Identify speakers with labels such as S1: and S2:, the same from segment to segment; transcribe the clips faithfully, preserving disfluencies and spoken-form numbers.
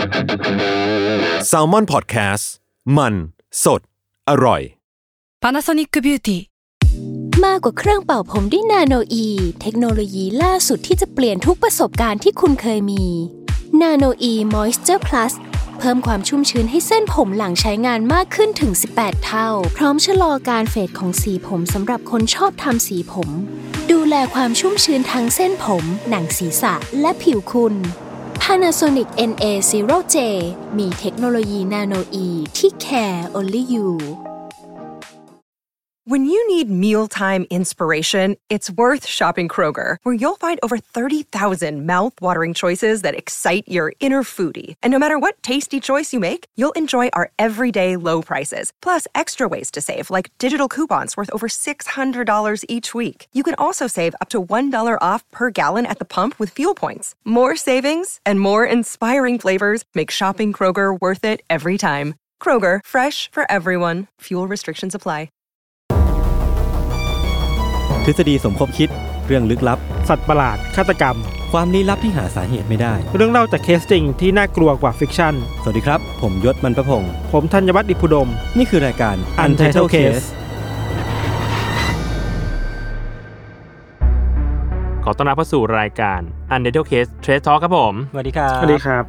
S1: Salmon Podcast มันสดอร่อย
S2: Panasonic Beauty
S3: มากกว่าเครื่องเป่าผมด้วยนาโนอีเทคโนโลยีล่าสุดที่จะเปลี่ยนทุกประสบการณ์ที่คุณเคยมีนาโนอี Moisture Plus เพิ่มความชุ่มชื้นให้เส้นผมหลังใช้งานมากขึ้นถึงสิบแปดเท่าพร้อมชะลอการเฟดของสีผมสำหรับคนชอบทำสีผมดูแลความชุ่มชื้นทั้งเส้นผมหนังศีรษะและผิวคุณ Panasonic เอ็น เอ ศูนย์ เจ มีเทคโนโลยีนาโนอีที่ care only you
S4: When you need mealtime inspiration, it's worth shopping Kroger, where you'll find over thirty thousand mouth-watering choices that excite your inner foodie. And no matter what tasty choice you make, you'll enjoy our everyday low prices, plus extra ways to save, like digital coupons worth over six hundred dollars each week. You can also save up to one dollar off per gallon at the pump with fuel points. More savings and more inspiring flavors make shopping Kroger worth it every time. Kroger, fresh for everyone. Fuel restrictions apply.
S5: ทฤษฎีสมคบคิดเรื่องลึกลับ
S6: สัตว์ประหลาดฆาตกรรม
S5: ความลี้ลับที่หาสาเหตุไม่ได้
S6: เรื่องเล่าจากเคสจริงที่น่ากลัวกว่าฟิกชั่น
S5: สวัสดีครับผมยศมันประพงษ์
S6: ผมธัญวัฒน์อิพุดม
S5: นี่คือรายการ Untitled Case
S7: ขอต้อนรับเข้าสู่รายการ Untitled Case Trace Talk ครับผม
S5: สวัสดีครับ
S6: สวัสดีครับ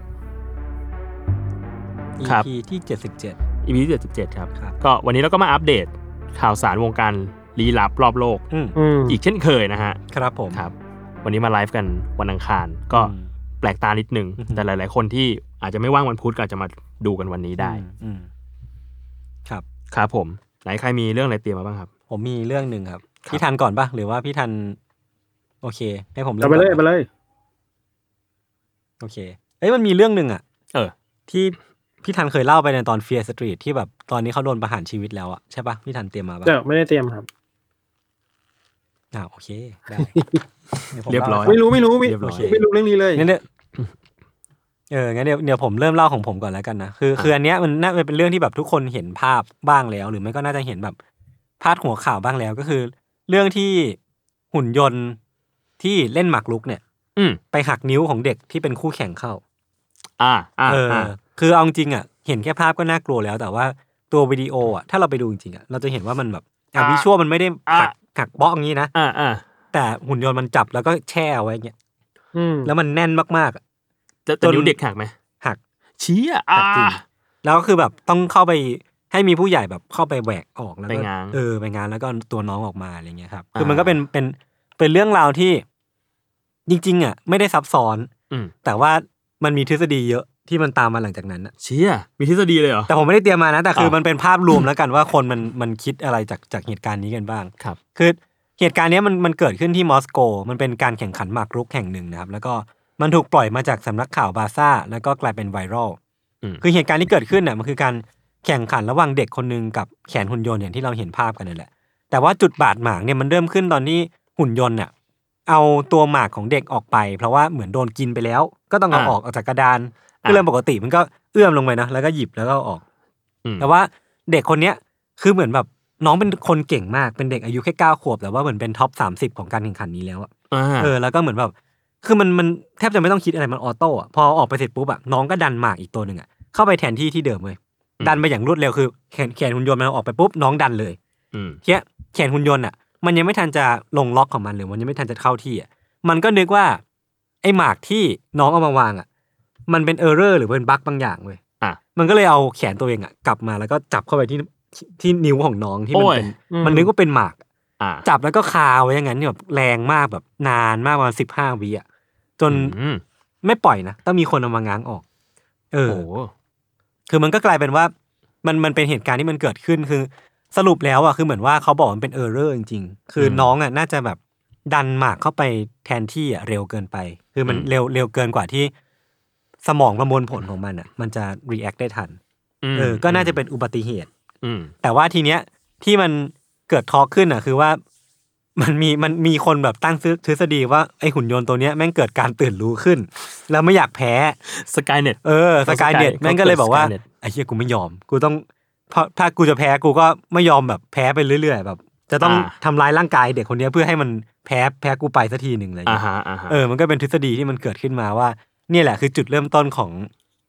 S5: อี พี ที่เจ็ดสิบเจ็ด
S7: อี พี ที่เจ็ดสิบเจ็ดครับก็วันนี้เราก็มาอัปเดตข่าวสารวงการลี้ลับรอบโลก
S5: อ,
S7: อีกเช่นเคยนะฮะ
S5: ครับผม
S7: ครับวันนี้มาไลฟ์กันวันอังคารก็แปลกตานิดนึงแต่หลายๆคนที่อาจจะไม่ว่างวันพุธก็อาจจะมาดูกันวันนี้ได้
S5: ครับ
S7: ครับผมไหนใครมีเรื่องอะไรเตรียมมาบ้างครับ
S5: ผมมีเรื่องนึงครับพี่ทันก่อนป่ะหรือว่าพี่ทันโอเคให้ผมเริ่ม
S6: ไปเลยไปเลย
S5: โอเคเอ้ยมันมีเรื่องนึงอ่ะ
S7: เออ
S5: ที่พี่ทันเคยเล่าไปในตอน Fear Street ที่แบบตอนนี้เขาโดนประหารชีวิตแล้วอ่ะใช่ป่ะพี่ทันเตรียมมาป่ะ
S6: เออไม่ได้เตรียมครับ
S5: อ่าโอเคได้
S7: เรียบร้อย
S6: ไม่รู้ไม่รู้ไม่ไม่รู้เรื่องนี้เลย
S5: งั้นเดี๋ยวเอองั้นเดี๋ยวเดี๋ยวผมเริ่มเล่าของผมก่อนแล้วกันนะคือคืออันเนี้ยมันน่าเป็นเรื่องที่แบบทุกคนเห็นภาพบ้างแล้วหรือไม่ก็น่าจะเห็นแบบพาดหัวข่าวบ้างแล้วก็คือเรื่องที่หุ่นยนต์ที่เล่นหมากรุกเนี่ยไปหักนิ้วของเด็กที่เป็นคู่แข่งเข้า
S7: อ่าอ่า
S5: เออคือเอาจริงอ่ะเห็นแค่ภาพก็น่ากลัวแล้วแต่ว่าตัววิดีโออ่ะถ้าเราไปดูจริงๆอ่ะเราจะเห็นว่ามันแบบอ่ะวิชวลมันไม่ได้หักหักเบาะอย่างนี้นะ
S7: อ่าอ่า
S5: แต่หุ่นยนต์มันจับแล้วก็แช่เอาไว้อย่างเงี้ยแล้วมันแน่นมาก
S7: ๆจะนิ้วเด็กหักไหม
S5: หัก
S7: ชี้อ่ะอ่า
S5: แล้วก็คือแบบต้องเข้าไปให้มีผู้ใหญ่แบบเข้าไปแหวกออกแล้ว
S7: ก็
S5: เออไปงานแล้วก็ตัวน้องออกมาอะไรเงี้ยครับคือมันก็เป็นเป็นเป็นเรื่องราวที่จริงๆอ่ะไม่ได้ซับซ้อนแต่ว่ามันมีทฤษฎีเยอะที่มันตามมาหลังจากนั้นน่ะ
S7: เชี่ยมีทฤษฎีเลยเหรอ
S5: แต่ผมไม่ได้เตรียมมานะแต่คือมันเป็นภาพรวมแล้วกันว่าคนมันมันคิดอะไรจากจากเหตุการณ์นี้กันบ้าง
S7: ครับ
S5: คือเหตุการณ์นี้มันมันเกิดขึ้นที่มอสโกมันเป็นการแข่งขันหมากรุกแห่งหนึ่งนะครับแล้วก็มันถูกปล่อยมาจากสำนักข่าวบาซ่าแล้วก็กลายเป็นไวรัลคือเหตุการณ์ที่เกิดขึ้นน่ะมันคือการแข่งขันระหว่างเด็กคนนึงกับแขนหุ่นยนต์อย่างที่เราเห็นภาพกันนั่นแหละแต่ว่าจุดบาดหมางเนี่ยมันเริ่มขึ้นตอนที่หุ่นยนต์เนี่ยเอาตัวหมากของเด็กออกไปเพราะว่าเหมือนโดนกินไปแล้วก็ต้องเอาออกออกจากกระดานคือเรื่องปกติมันก็เอื้อมลงไปนะแล้วก็หยิบแล้วก็ออกแต่ว่าเด็กคนเนี้ยคือเหมือนแบบน้องเป็นคนเก่งมากเป็นเด็กอายุแค่เก้าขวบแต่ว่าเหมือนเป็นท็อปสามสิบของการแข่งขันนี้แล้วอ่ะเออแล้วก็เหมือนแบบคือมันมันแทบจะไม่ต้องคิดอะไรมันออโต้อ่ะพอออกไปเสร็จปุ๊บอ่ะน้องก็ดันหมากอีกตัวนึงอ่ะเข้าไปแทนที่ที่เดิมเลยดันไปอย่างรวดเร็วคือแขนแขนหุ่นยนต์มันออกไปปุ๊บน้องดันเลยเหี้ยแขนหุ่นยนต์อ่ะมันยังไม่ทันจะลงล็อกของมันหรือมันยังไม่ทันจะเข้าที่อ่ะมันก็นึกว่าไอ้หมากที่น้องเอามาวางอ่ะมันเป็นเออร์เรอร์หรือเป็นบั๊กบางอย่างเว้ย
S7: อ่ะ
S5: มันก็เลยเอาแขนตัวเองอ่ะกลับมาแล้วก็จับเข้าไปที่ที่นิ้วของน้องที่มันเป็นมันนึกว่าเป็นหมาก
S7: อ่ะ
S5: จับแล้วก็คาไว้อย่างนั้นแบบแรงมากแบบนานมากประมาณสิบห้าวิอ่ะจนไม่ปล่อยนะต้องมีคนเอามาง้างออกเออคือมันก็กลายเป็นว่ามันมันเป็นเหตุการณ์ที่มันเกิดขึ้นคือสรุปแล้วอ่ะคือเหมือนว่าเขาบอกมันเป็นเออร์เรอร์จริงๆคือน้องอ่ะน่าจะแบบดันหมากเข้าไปแทนที่อ่ะเร็วเกินไปคือมันเร็วเร็วเกินกว่าที่สมองประมวลผลของมันอ่ะมันจะ react ได้ทันเออก็น่าจะเป็นอุบัติเหตุแต่ว่าทีเนี้ยที่มันเกิดทอล์กขึ้นอ่ะคือว่ามันมีมันมีคนแบบตั้งทฤษฎีว่าไอ้หุ่นยนต์ตัวเนี้ยแม่งเกิดการตื่นรู้ขึ้นแล้วไม่อยากแพ้
S7: Skynet
S5: เออ Skynet แม่งก็เลยบอกว่าไอ้เหี้ยกูไม่ยอมกูต้องเพราะถ้ากูจะแพ้กูก็ไม่ยอมแบบแพ้ไปเรื่อยๆแบบจะต้องทำลายร่างกายเด็กคนนี้เพื่อให้มันแพ้แพ้กูไปสักทีนึงอะไรอย่างเงี้ยเออมันก็เป็นทฤษฎีที่มันเกิดขึ้นมาว่านี่แหละคือจุดเริ่มต้นของ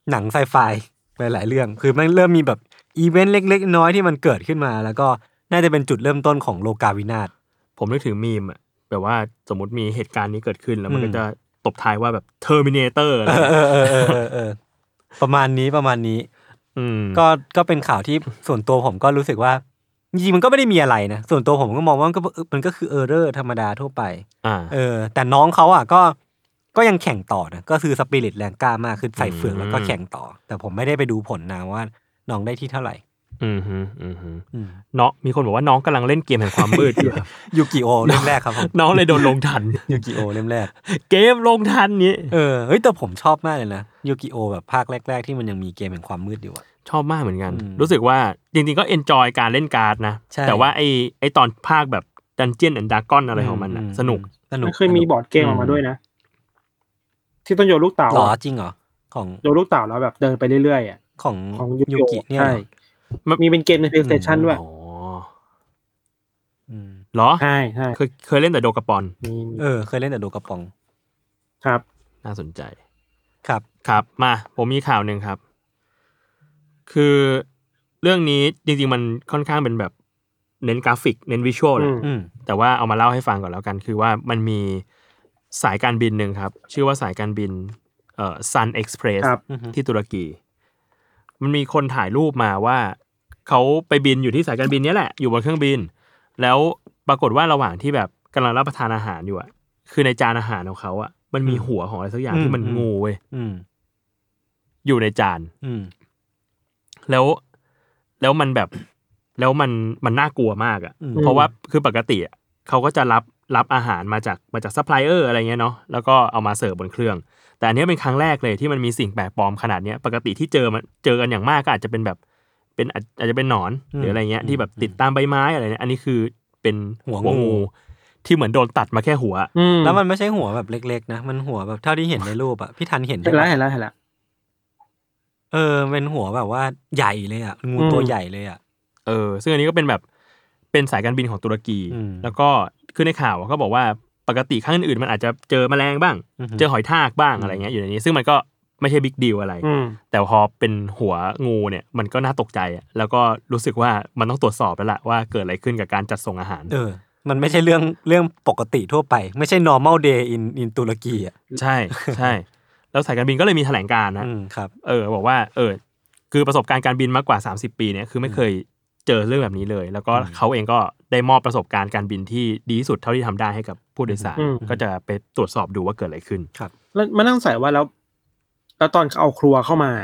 S5: หนังไซไฟหลายๆเรื่องคือมันเริ่มมีแบบอีเวนต์เล็กๆน้อยที่มันเกิดขึ้นมาแล้วก็น่าจะเป็นจุดเริ่มต้นของโลกาวินาศ
S7: ผมนึกถึงมีมอ่ะแบบว่าสมมติมีเหตุการณ์นี้เกิดขึ้นแล้วมันก็จะตบท้ายว่าแบบ Terminator อะไร
S5: เออเออเออเออประมาณนี้ประมาณนี้
S7: อืม
S5: ก็ก็เป็นข่าวที่ส่วนตัวผมก็รู้สึกว่าจริงๆมันก็ไม่ได้มีอะไรนะส่วนตัวผมก็มองว่ามันก็มันก็คือเออร์เรอร์ธรรมดาทั่วไป
S7: อ่า
S5: เออแต่น้องเขาอ่ะก็ก็ยังแข่งต่อนะก็คือสปิริตแรงกล้ามากคือใส่เฟือกแล้วก็แข่งต่อแต่ผมไม่ได้ไปดูผลนะว่าน้องได้ที่เท่าไหร่
S7: อืมฮึอืมฮึเนาะมีคนบอกว่าน้องกำลังเล่นเกมแห่งความมืดอยู่
S5: ยูกิโอเล่มแรกครับผม
S7: น้องเลยโดนลงทัน
S5: ยูกิโอเล่มแรก
S7: เกมลงทันนี้
S5: เออเฮ้ยแต่ผมชอบมากเลยนะยูกิโอแบบภาคแรกๆที่มันยังมีเกมแห่งความมืดอยู่อ่ะ
S7: ชอบมากเหมือนกันรู้สึกว่าจริงๆก็เอนจอยการเล่นการ์ดนะแต่ว่าไอ้ไอ้ตอนภาคแบบดันเจี้ยนแอนด์ดราก้อนอะไรของมันน่ะสนุก
S6: สนุกเคยมีบอร์ดเกมออกมาด้วยนะที่ต้องโยนลูกเต๋า
S5: อ๋อจริงเหรอของ
S6: โยนลูกเต๋าแล้วแบบเดินไปเรื่อยๆอ่ะ
S5: ของ
S6: ของ
S5: ยูกิเนี่ย
S6: มีเป็นเกมใน PlayStation ด้วย
S7: อ๋ออืมเหรอ
S6: ใช่
S7: ๆเคยเคยเล่นแต่โดกาปอน
S5: เออเคยเล่นแต่โดกาปอง
S6: ครับ
S7: น่าสนใจ
S5: ครับ
S7: ครับมาผมมีข่าวนึงครับคือเรื่องนี้จริงๆมันค่อนข้างเป็นแบบเน้นกราฟิกเน้นวิชวลแหละแต่ว่าเอามาเล่าให้ฟังก่อนแล้วกันคือว่ามันมีสายการบินนึงครับชื่อว่าสายการบินเอ่อ Sun Express ที่ตุรกีมันมีคนถ่ายรูปมาว่าเขาไปบินอยู่ที่สายการบินนี้แหละอยู่บนเครื่องบินแล้วปรากฏว่าระหว่างที่แบบกำลังรับประทานอาหารอยู่อ่ะคือในจานอาหารของเขาอ่ะมันมีหัวของอะไรสักอย่างที่มันงูเว้ยอยู่ในจานแล้วแล้วมันแบบแล้วมันมันน่ากลัวมากอ่ะเพราะว่าคือปกติเขาก็จะรับรับอาหารมาจากมาจากซัพพลายเออร์อะไรเงี้ยเนาะแล้วก็เอามาเสิร์ฟบนเครื่องแต่อันนี้เป็นครั้งแรกเลยที่มันมีสิ่งแปลกปลอมขนาดนี้ปกติที่เจอมันเจอกันอย่างมากก็อาจจะเป็นแบบเป็นอาจจะเป็นหนอนหรืออะไรเงี้ยที่แบบติดตามใบไม้อะไรเนี่ยอันนี้คือเป็นหัวงูที่เหมือนโดนตัดมาแค่หัว
S5: แล้วมันไม่ใช่หัวแบบเล็กๆนะมันหัวแบบเท่าที่เห็นในรูปอ่ะพี่ทันเห็น
S6: ใช่ไหมเห็นแล้วเห็นแล้ว
S5: เออเป็นหัวแบบว่าใหญ่เลยอ่ะงูตัวใหญ่เลยอ่ะ
S7: เออซึ่งอันนี้ก็เป็นแบบเป็นสายการบินของตุรกีแล้วก็คือในข่าวก็บอกว่าปกติครั้งอื่นๆมันอาจจะเจอแมลงบ้างเจอหอยทากบ้างอะไรเงี้ยอยู่ในนี้ซึ่งมันก็ไม่ใช่บิ๊กดีลอะไรแต่พอเป็นหัวงูเนี่ยมันก็น่าตกใจอ่ะแล้วก็รู้สึกว่ามันต้องตรวจสอบแล้วล่ะว่าเกิดอะไรขึ้นกับการจัดส่งอาหาร
S5: เออมันไม่ใช่เรื่องเรื่องปกติทั่วไปไม่ใช่ normal day in in ตุรกีอ่ะ
S7: ใช่ใช่แล้วสายการบินก็เลยมีแถลงการณ์
S5: นะครับ
S7: เออบอกว่าเออคือประสบการณ์การบินมากกว่าสามสิบปีเนี่ยคือไม่เคยเจอเรื่องแบบนี้เลยแล้วก็เขาเองก็ได้มอบประสบการณ์การบินที่ดีที่สุดเท่าที่ทำได้ให้กับผู้โดยสารก็จะไปตรวจสอบดูว่าเกิดอะไรขึ้น
S5: ครับ
S6: แล้วมานั่งใส่ว่าแล้วแล้วตอนเอาครัวเข้ามา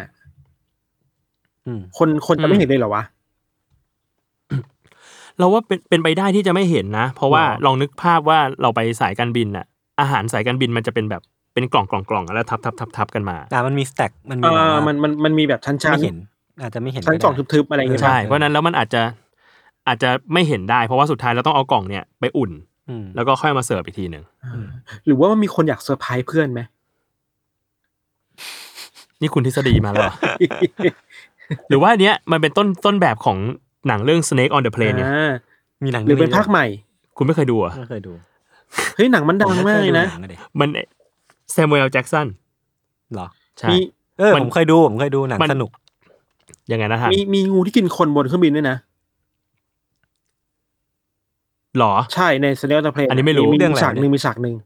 S6: คนคนจะไม่เห็นเลยเหรอวะ
S7: เราว่าเป็นเป็นไปได้ที่จะไม่เห็นนะเพราะว่าลองนึกภาพว่าเราไปสายการบินน่ะอาหารสายการบินมันจะเป็นแบบเป็นกล่องกล่องกล่องแล้วทับทับทับทับกันมา
S5: อ่ามันมีสแต็กมันมี
S6: อ่ามันมันมันมีแบบชั้นชั้น
S5: ไม่เห็นอาจจะไม่เห็น
S6: ชั้นสองทึบๆอะไรอย่างเงี้ย
S7: ใช่เพราะนั้นแล้วมันอาจจะอาจจะไม่เห็นได้เพราะว่าสุดท้ายเราต้องเอากล่องเนี่ยไปอุ่นแล้วก็ค่อยมาเสิร์ฟอีกทีนึง
S6: หรือว่ามันมีคนอยากเซอร์ไพรส์เพื่อนไหม
S7: นี่คุณทฤษฎีมาแล้ว หรือว่าอันเนี้ยมันเป็นต้นต้นแบบของหนังเรื่อง Snake on the Plane เนี่ย
S6: มีหนังหรือเป็นภาคใหม่
S7: คุณไม่เคยดูอ่ะ
S5: ไม่เคยดู
S6: เฮ้ยหนังมันดังมากเลยนะ
S7: มันแซม u เอล แจ็กสัน
S5: เหรอ
S7: ใช่
S5: เออผมเคยดูผมเคยดูหนังสนุก
S7: ยังไงนะครับ
S6: มีมีงูที่กินคนบนเครื่องบินด้วยนะ
S7: หรอ
S6: ใช่ใน Snake on the Plane
S7: อันนี้ไม่รู้
S6: มีฉากนึงมีฉากนึง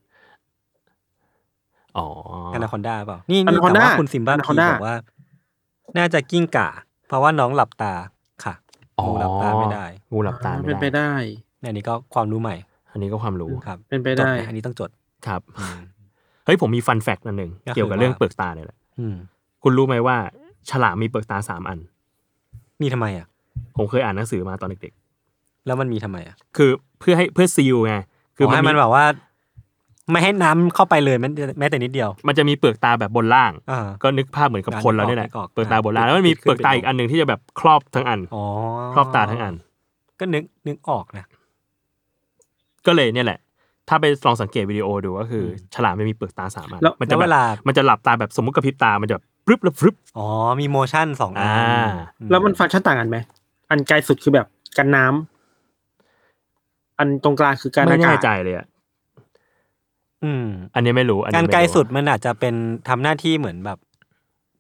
S7: อ๋อ
S5: อนาคอนดาเปล่านี่นี่แต่ว่าคุณซิมบ้าพีบอกว่าน่าจะกิ้งก่าเพราะว่าน้องหลับตาค่ะงูหลับตาไม่ได้
S7: งูหลับตาไม่ได้
S6: เป็นไปได้
S5: อันนี้ก็ความรู้ใหม่
S7: อันนี้ก็ความรู้
S5: ครับ
S6: เป็นไปได้
S5: อันนี้ต้องจด
S7: ครับเฮ้ยผมมีฟันแฟกต์อันนึงเกี่ยวกับเรื่องเปลือกตาเนี่ยแหละคุณรู้ไหมว่าฉลามมีเปลือกตาสามอัน
S5: มีทำไมอ่ะ
S7: ผมเคยอ่านหนังสือมาตอนเด็ก
S5: ๆแล้วมันมีทำไมอ่ะ
S7: คือเพื่อให้เพื่อซีลไง
S5: คือให้มันแบบว่าไม่ให้น้ำเข้าไปเลยแม้แต่นิดเดียว
S7: มันจะมีเปลือกตาแบบบนล่างก็นึกภาพเหมือนกับคนเราเนี่ยแหละเปลือกตาบนล่างแล้วมันมีเปลือกตาอีกอันนึงที่จะแบบครอบทั้งอันครอบตาทั้งอัน
S5: ก็นึกนึกออกนะ
S7: ก็เลยเนี่ยแหละถ้าไปลองสังเกตวิดีโอดูก็คือฉลามไม่มีเปลือกตาสามอัน
S5: มันจะเวลา
S7: มันจะหลับตาแบบสมมุติกระพริบตามันจะปรึบแล้วฟึบ
S5: อ๋อมีโมชั่นสองอัน
S6: แล้วมันฟังก์ชันต่างกันไหมอันไกลสุดคือแบบกันน้ำอันตรงกลางคือการ
S7: ไม่แน่ใจเลยอ่ะ
S5: อืม
S7: อันนี้ไม่รู้
S5: การไกลสุดมันอาจจะเป็นทำหน้าที่เหมือนแบบ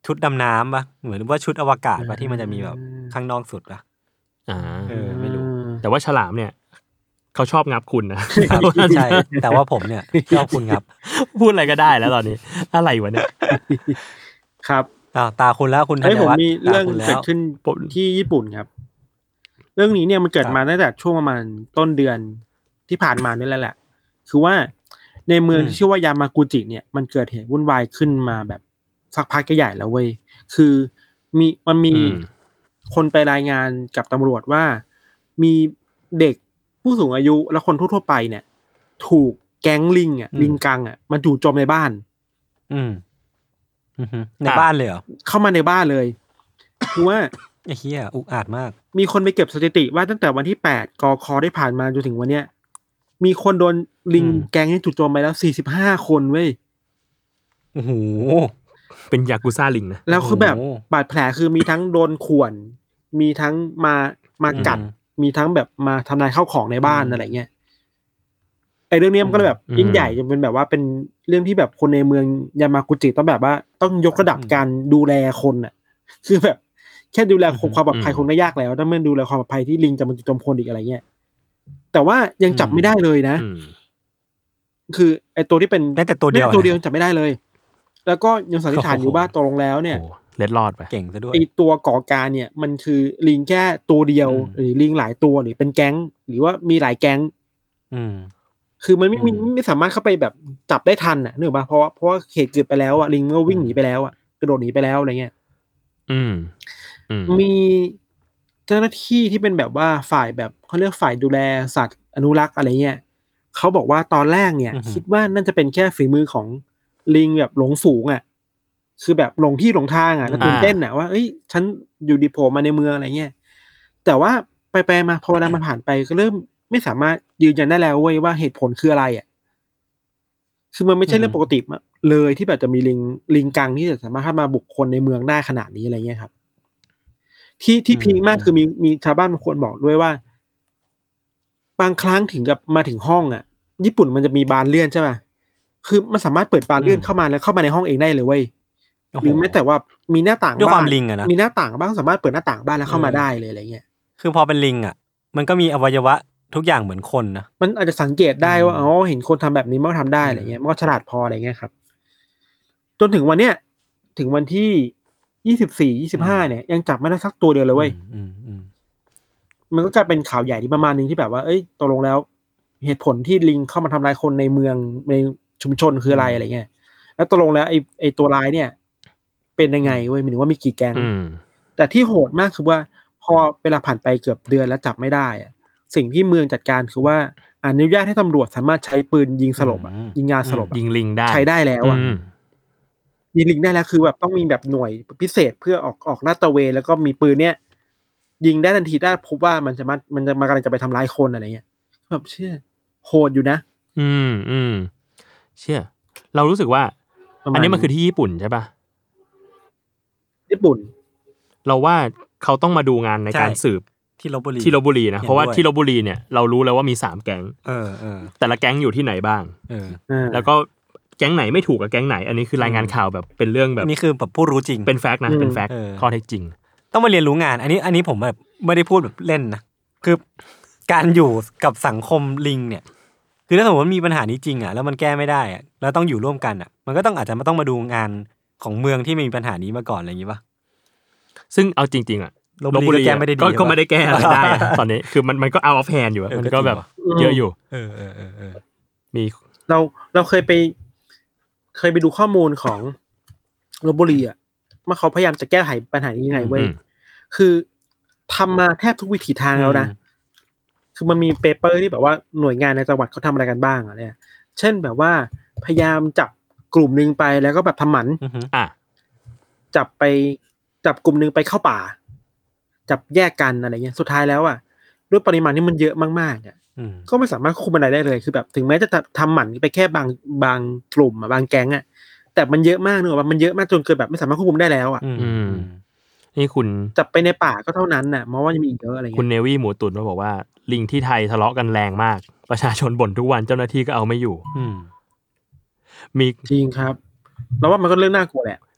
S5: ชุดดำน้ำปะเหมือนว่าชุดอวกาศปะที่มันจะมีแบบข้างนอกสุดปะ
S7: อ่า
S5: เออไม่รู้
S7: แต่ว่าฉลามเนี่ยเขาชอบงับคุณนะ
S5: ใช่แต่ว่าผมเนี่ยชอบคุณครับ
S7: พูดอะไรก็ได้แล้วตอนนี้อะไรวะเนี่ย
S6: ครับ
S5: อ้าวตาคุณแล้วคุณธั
S6: เฮ้ย
S5: ญ
S6: ผม
S5: วัฒน์
S6: มีเรื่อง
S5: ตาคุณแล้
S6: เกิด
S5: ว
S6: ขึ้นที่ญี่ปุ่นครับ เรื่องนี้เนี่ยมันเกิด
S5: ครับ
S6: มาตั้งแต่ช่วงประมาณต้นเดือนที่ผ่านมานี่แหละแหละ คือว่าในเมืองที่ชื่อว่ายามากุจิเนี่ยมันเกิดเหตุวุ่นวายขึ้นมาแบบสักพักใหญ่แล้วเว้ยคือมีมันมี
S7: อืม
S6: คนไปรายงานกับตำรวจว่ามีเด็กผู้สูงอายุและคนทั่วๆไปเนี่ย ถูกแก๊งลิงอ่ะลิงกังอ่ะมันจู่โจมในบ้าน
S5: อืมอือฮึในบ้านเลยเหรอ
S6: เข้ามาในบ้านเลย คือว่า
S5: ไอ้เหี้ยอุกอาจมาก
S6: มีคนไปเก็บสถิติว่าตั้งแต่วันที่แปดกคได้ผ่านมาจนถึงวันเนี้ยมีคนโดนลิง
S5: อืม
S6: แก๊งนี้จู่โจมไปแล้วสี่สิบห้าคนเว้ย
S5: โอ้โห
S7: เป็นยากุซ่าลิงนะ
S6: แล้วคือแบบ
S5: โอ้โห
S6: บาดแผลคือมีทั้งโดนข่วน มีทั้งมามากัด
S5: อืม
S6: มีทั้งแบบมาทำลายข้าวของในบ้านอะไรเงี้ยไอ้เรื่องนี้มันก็เลยแบบ
S7: อืม
S6: ยิ่งใหญ่จนเป็นแบบว่าเป็นเรื่องที่แบบคนในเมืองยามากุจิต้องแบบว่าต้องยกระดับการดูแลคนอ่ะ คือแบบแค่ดูแลความปลอดภัยคงได้ยากแล้วถ้าไม่ดูแลความปลอดภัยที่ลิงจะมันจะจมคนอีกอะไรเงี้ยแต่ว่ายังจับไม่ได้เลยนะ
S7: อืม
S6: คือไอ้ตัวที่เป็น
S5: ได้แต่ตัวเดียว
S6: แม้ตัวเดียวจับไม่ได้เลย แล้วก็ยังสันนิษฐานอยู่ว่า
S5: โอ้โห
S6: ตกลงแล้วเนี่ย
S7: โอ้เล็ดรอดไป
S5: เก่งซะด้วย
S6: ไอ้ตัวก่อการเนี่ยมันคือลิงแค่ตัวเดียว
S5: อืม
S6: หรือลิงหลายตัวหรือเป็นแก๊ง หรือว่ามีหลายแก๊ง
S5: อืม
S6: คือมันไม่มี
S5: อืม
S6: ไม่สามารถเข้าไปแบบจับได้ทันอ่ะนึกออกปะเพราะว่าเพราะว่าเหตุเกิดไปแล้วอ่ะลิงมันก็วิ่งหนีไปแล้วอ่ะกระโดดหนีไปแล้วอะไรเงี้ย
S7: อืม อืม
S6: มีเจ้าหน้าที่ที่เป็นแบบว่าฝ่ายแบบเขาเรียกฝ่ายดูแลสัตว์อนุรักษ์อะไรเงี้ยเขาบอกว่าตอนแรกเนี่ย
S5: อือฮึ
S6: คิดว่าน่าจะเป็นแค่ฝีมือของลิงแบบหลงฝูงอ่ะ คือแบบหลงที่หลงทางอ่ะแล้วตื่นเต้นอ่ะว่าเอ้ยฉันอยู่ดีโผล่มาในเมืองอะไรเงี้ยแต่ว่าไปไปมาพอเวลามันผ่านไปก็เริ่มไม่สามารถยืนยันได้แล้วเว้ยว่าเหตุผลคืออะไรอ่ะคือมันไม่ใช่เรื่องปกติเลยที่แบบจะมีลิงลิงกังที่จะสามารถเข้ามาบุกคนในเมืองได้ขนาดนี้อะไรเงี้ยครับ ที่ที่พีคมากคือมีมีชาวบ้านบางคนบอกด้วยว่า บางครั้งถึงกับมาถึงห้องอ่ะ ญี่ปุ่นมันจะมีบานเลื่อนใช่ป่ะคือมันสามารถเปิดบานเลื่อนเข้ามาแล้วเข้ามาในห้องเองได้เลยเว้ย
S5: โอ้โห
S6: หรือแม้แต่ว่ามีหน้าต่าง
S5: ด้วยความ
S6: บ้น
S5: ลิงอะนะ
S6: มีหน้าต่างบ้างสามารถเปิดหน้าต่างบ้านแล้วเข้ามา
S5: เออ
S6: ได้เลยอะไรเงี้ย
S5: คือพอเป็นลิงอ่ะ มันก็มีอวัยวะทุกอย่างเหมือนคนนะ
S6: มันอาจจะสังเกตได้ว่า
S5: อืม
S6: อ๋อเห็นคนทำแบบนี้มันก็ทำได้อะไรเงี้ยมันก็ฉลาดพออะไรเงี้ยครับ จนถึงวันเนี้ยถึงวันที่ยี่สิบสี่ยี่สิบห้าเนี่ยยังจับไม่ได้สักตัวเดียวเลยเว้ย
S5: อืมอืม
S6: มันก็กลายเป็นข่าวใหญ่ที่ประมาณนึงที่แบบว่า เอ้ยตกลงแล้ว เหตุผลที่ลิงเข้ามาทำลายคนในเมืองในชุมชนคืออะไรอะไรเงี้ย แล้วตกลงแล้วไอ้ไอ้ตัวร้ายเนี่ย เป็นยังไงเว้ยหมายถึงว่ามีกี่แก๊ง
S7: อืม
S6: แต่ที่โหดมากคือว่า พอเวลาผ่านไปเกือบเดือนแล้วจับไม่ได้อะสิ่งที่เมืองจัดการคือว่าอนุญาตให้ตำรวจสามารถใช้ปืนยิงสลบอะยิงยาสลบอะ
S7: ยิงลิงได้
S6: ใช้ได้แล้วอะ
S7: อืม
S6: ยิงลิงได้แล้วคือแบบต้องมีแบบหน่วยพิเศษเพื่อออกออกลาดตระเวนแล้วก็มีปืนเนี้ยยิงได้ทันทีได้พบว่ามันจะมามันจะมากำลังจะไปทำร้ายคนอะไรเงี้ยแบบเชื่อโหดอยู่นะ
S7: อืมอืมเชื่อ เรารู้สึกว่า
S6: ประมาณ
S7: อันนี้มันคือที่ญี่ปุ่นใช่ปะ
S6: ญี่ปุ่น
S7: เราว่าเขาต้องมาดูงานในการสืบ
S5: ที่ลพบุรี
S7: ที่ลพบุรีนะ
S5: เห็นด้วย
S7: เพราะว่าที่ลพบุรีเนี่ยเรารู้แล้วว่ามีสามแก๊ง
S5: เออเออ
S7: แต่ละแก๊งอยู่ที่ไหนบ้าง
S5: เออ
S6: อ่า
S7: แล้วก็แก๊งไหนไม่ถูกกับแก๊งไหน อันนี้คือรายงานข่าวแบบเป็นเรื่องแบบ
S5: นี่คือแบบผู้รู้จริง
S7: เป็นแฟกต์นะเป็นแฟกต์
S5: เออ
S7: ข้อเท็จจริง
S5: ต้องมาเรียนรู้งาน อันนี้ อันนี้ผมแบบไม่ได้พูดแบบเล่นนะคือการอยู่กับสังคมลิงเนี่ย คือถ้าสมมติมันมีปัญหานี้จริงอ่ะแล้วมันแก้ไม่ได้อ่ะแล้วต้องอยู่ร่วมกันอ่ะ มันก็ต้องอาจจะมาต้องมาดูงานของเมืองที่มีปัญหานี้มาก่อนอะไรอย่างนี้ป่ะ
S7: ซึ่งเอาจริงๆอ่ะ
S5: ลพบุรีก็แก้ไม่ได้ดี
S7: ก็ก็
S5: วะ
S7: ไม่ได้แก้อะไรได้อะตอนนี้คือมันมันก็ out of hand อยู่อะ
S5: เออ
S7: มัน
S5: ก็
S7: ก็
S5: จริง
S7: แบบ
S5: ว่ะ
S7: เยอะอยู่
S5: เออเออเออเออ
S7: มี
S6: เราเราเคยไป เคยไปดูข้อมูลของลพบุรีอ่ะว่าเขาพยายามจะแก้ไขปัญหานี้ยังไงเว้ย
S7: อืม
S6: คือทำมาแทบทุกวิถีทางแล้วนะ คือมันมีเปเปอร์ที่แบบว่าหน่วยงานในจังหวัดเขาทำอะไรกันบ้างอ่ะเนี่ยเช่นแบบว่าพยายามจับกลุ่มหนึ่งไปแล้วก็แบบทำหมัน
S5: อือฮึ
S7: อ่ะ
S6: จับไปจับกลุ่มหนึ่งไปเข้าป่า จับแยกกันอะไรเงี้ยสุดท้ายแล้วอ่ะด้วยปริมาณที่มันเยอะมากๆอ่ะ
S5: อืม
S6: ก็ไม่สามารถควบคุมอะไรได้เลยคือแบบถึงแม้จะทำหมันไปแค่บางบางกลุ่มอ่ะบางแก๊งอ่ะแต่มันเยอะมากเนอะว่ามันเยอะมากจนเกิดแบบไม่สามารถควบคุมได้แล้วอ่ะ
S5: อืม
S7: อืม
S5: อืม
S7: นี่คุณ
S6: จับไปในป่าก็เท่านั้นน่ะเพราะว่ายังมีอีกเยอะอะไร
S7: คุณ
S6: เงี้ย
S7: เนวี่หมูตุนมาบอกว่าลิงที่ไทยทะเลาะกันแรงมาก ประชาชนบ่นทุกวันเจ้าหน้าที่ก็เอาไม่อยู่
S5: อืม
S7: มี
S6: จริงครับแล้วว่ามันก็เรื่องน่ากลัวแหละ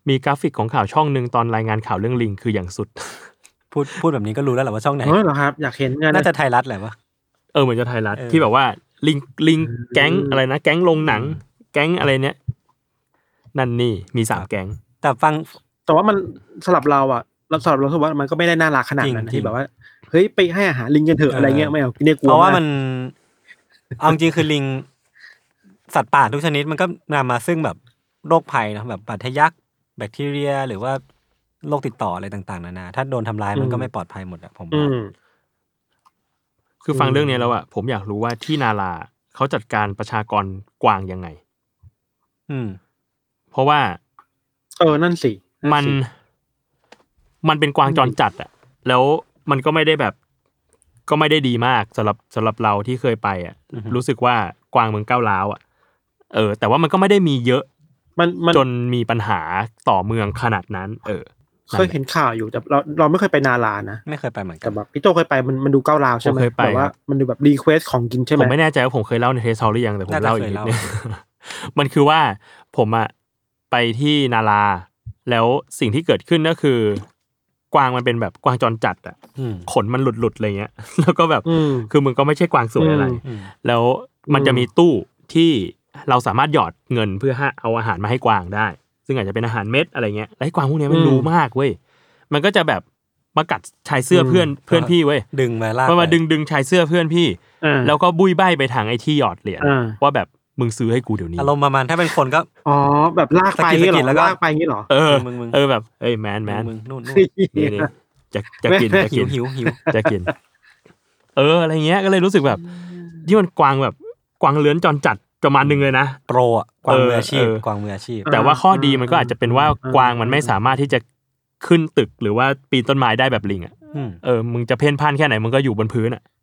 S7: มีกราฟิกของข่าวช่องนึงตอนรายงานข่าวเรื่องลิงคืออย่างสุด
S5: พูดพูดแบบนี้ก็รู้แล้วแหละว่าช่องไหน
S6: เออเหรอครับอยากเห็นงาน
S5: น่าจะไทยรัฐแหละวะ
S7: เออเหมือนจะไทยรัฐ
S5: เออ
S7: ที่แบบว่าลิงลิงแก๊งอะไรนะแก๊งลงหนังแก๊งอะไรเนี้ยนั่นนี่มีสามแก๊ง
S5: แต่ฟัง
S6: แต่ว่ามันสำหรับเราอ่ะเราสำหรับเราคิดว่ามันก็ไม่ได้น่ารักขนาดนั้น
S5: จริงๆ
S6: ที่แบบว่าเฮ้ยไปให้อาหารลิงกันเถอะอะไรเงี้ยไม่เอาเนี่ยกลัว
S5: เพราะว่า
S6: าก
S5: มันเอาจริงคือลิงสัตว์ป่าทุกชนิดมันก็นำมาซึ่งแบบโรคภัยนะแบบบาดทะยักแบคทีเรียหรือว่าโรคติดต่ออะไรต่างๆนานาถ้าโดนทำร้ายมันก็ไม่ปลอดภัยหมดอะผม
S6: อื
S5: ว่า
S6: ม
S7: คือฟังเรื่องนี้แล้วอะผมอยากรู้ว่าที่นาราเขาจัดการประชากรกวางยังไง
S5: อืม
S7: เพราะว่า
S6: เออนั่นสิ
S7: มัน
S6: สิ
S7: มันเป็นกวางจรจัดอะแล้วมันก็ไม่ได้แบบ ก็ไม่ได้ดีมากสำหรับสำหรับเราที่เคยไปอะ
S5: อือฮึ
S7: รู้สึกว่ากวางเมืองก้าวร้าวอะเออ แต่ว่ามันก็ไม่ได้มีเยอะ
S6: มันมัน
S7: จนมีปัญหาต่อเมืองขนาดนั้น เออ
S6: เคยเห็นข่าวอยู่แต่เราเราไม่เคยไปนาลานะ
S5: ไม่เคยไปเหมือนกั
S6: แต่
S5: น
S6: แบบพี่โตเคยไปมันมันดูก้าวร้าวใช่ไหม
S7: ผมเคยไป
S6: แบบว่า
S7: ครับ
S6: มันดูแบบรีเควสของกินใช่ไห
S7: ผม มไม่แน่ใจว่าผมเคยเล่าในเทสซอลหรือยังแต่ผม
S5: น่าจะ
S7: เล่าอีก
S5: เคย
S7: นิด
S5: เล่า
S7: นึง มันคือว่าผมอะไปที่นาราแล้วสิ่งที่เกิดขึ้นก็คือกวางมันเป็นแบบกวางจรจัดอะ
S5: อืม
S7: ขนมันหลุดๆอะไรเงี้ย แล้วก็แบบ
S6: อืม
S7: คือมึงก็ไม่ใช่กวางสวยอะไร
S6: อืม
S5: อืม
S7: แล้วมันจะมีตู้ที่เราสามารถหยอดเงินเพื่อให้เอาอาหารมาให้กวางได้ ซึ่งอาจจะเป็นอาหารเม็ดอะไรเงี้ยแล้วไอ้กวางพวกเนี้ยมัน
S6: อืม
S7: รู้มากเว้ยมันก็จะแบบมากัดชายเสื้อเพื่อนเพื่อนพี่เว้ย
S5: ดึงมาลาก
S7: มันมา
S5: ไป
S7: ดึงดึงชายเสื้อเพื่อนพี่
S6: อ่า
S7: แล้วก็บุยใบ้ไปทางไอ้ที่หยอดเหรียญ
S6: อ่า
S7: ว่าแบบมึงซื้อให้กูเดี๋ยวนี้
S5: อารมณ์ประมาณถ้าเป็นคนก็
S6: อ๋อแบบลากไป
S5: สะกิด
S6: งี้เหร
S5: สะกิดแล้
S6: อ
S5: วก็
S6: ลากไปงี้เหรอ
S7: เออ
S5: มึงมึง
S7: เออแบบเอ้ยแมนแมน
S5: มึงนู่นนู่น
S7: นี่นี่จะจะกินจะ
S5: หิ
S7: กิ
S5: วน หิวหิว
S7: จะกิน เอออะไรเงี้ยก็เลยรู้สึกแบบที่มันกวางแบบกวางเลื้อนจรจัดประมาณนึงเลยนะ
S5: โปรอ่ะกวางมืออาชีพ
S7: เออเออ
S5: กวางมืออาชีพ
S7: แต่ว่าข้อดีมันก็อาจจะเป็นว่ากวางมันไม่สามารถที่จะขึ้นตึกหรือว่าปีนต้นไม้ได้แบบลิงอ่ะ
S5: อืม
S7: เออมึงจะเพ่นพ่านแค่ไหนมึงก็อยู่บนพื้นอ่ะ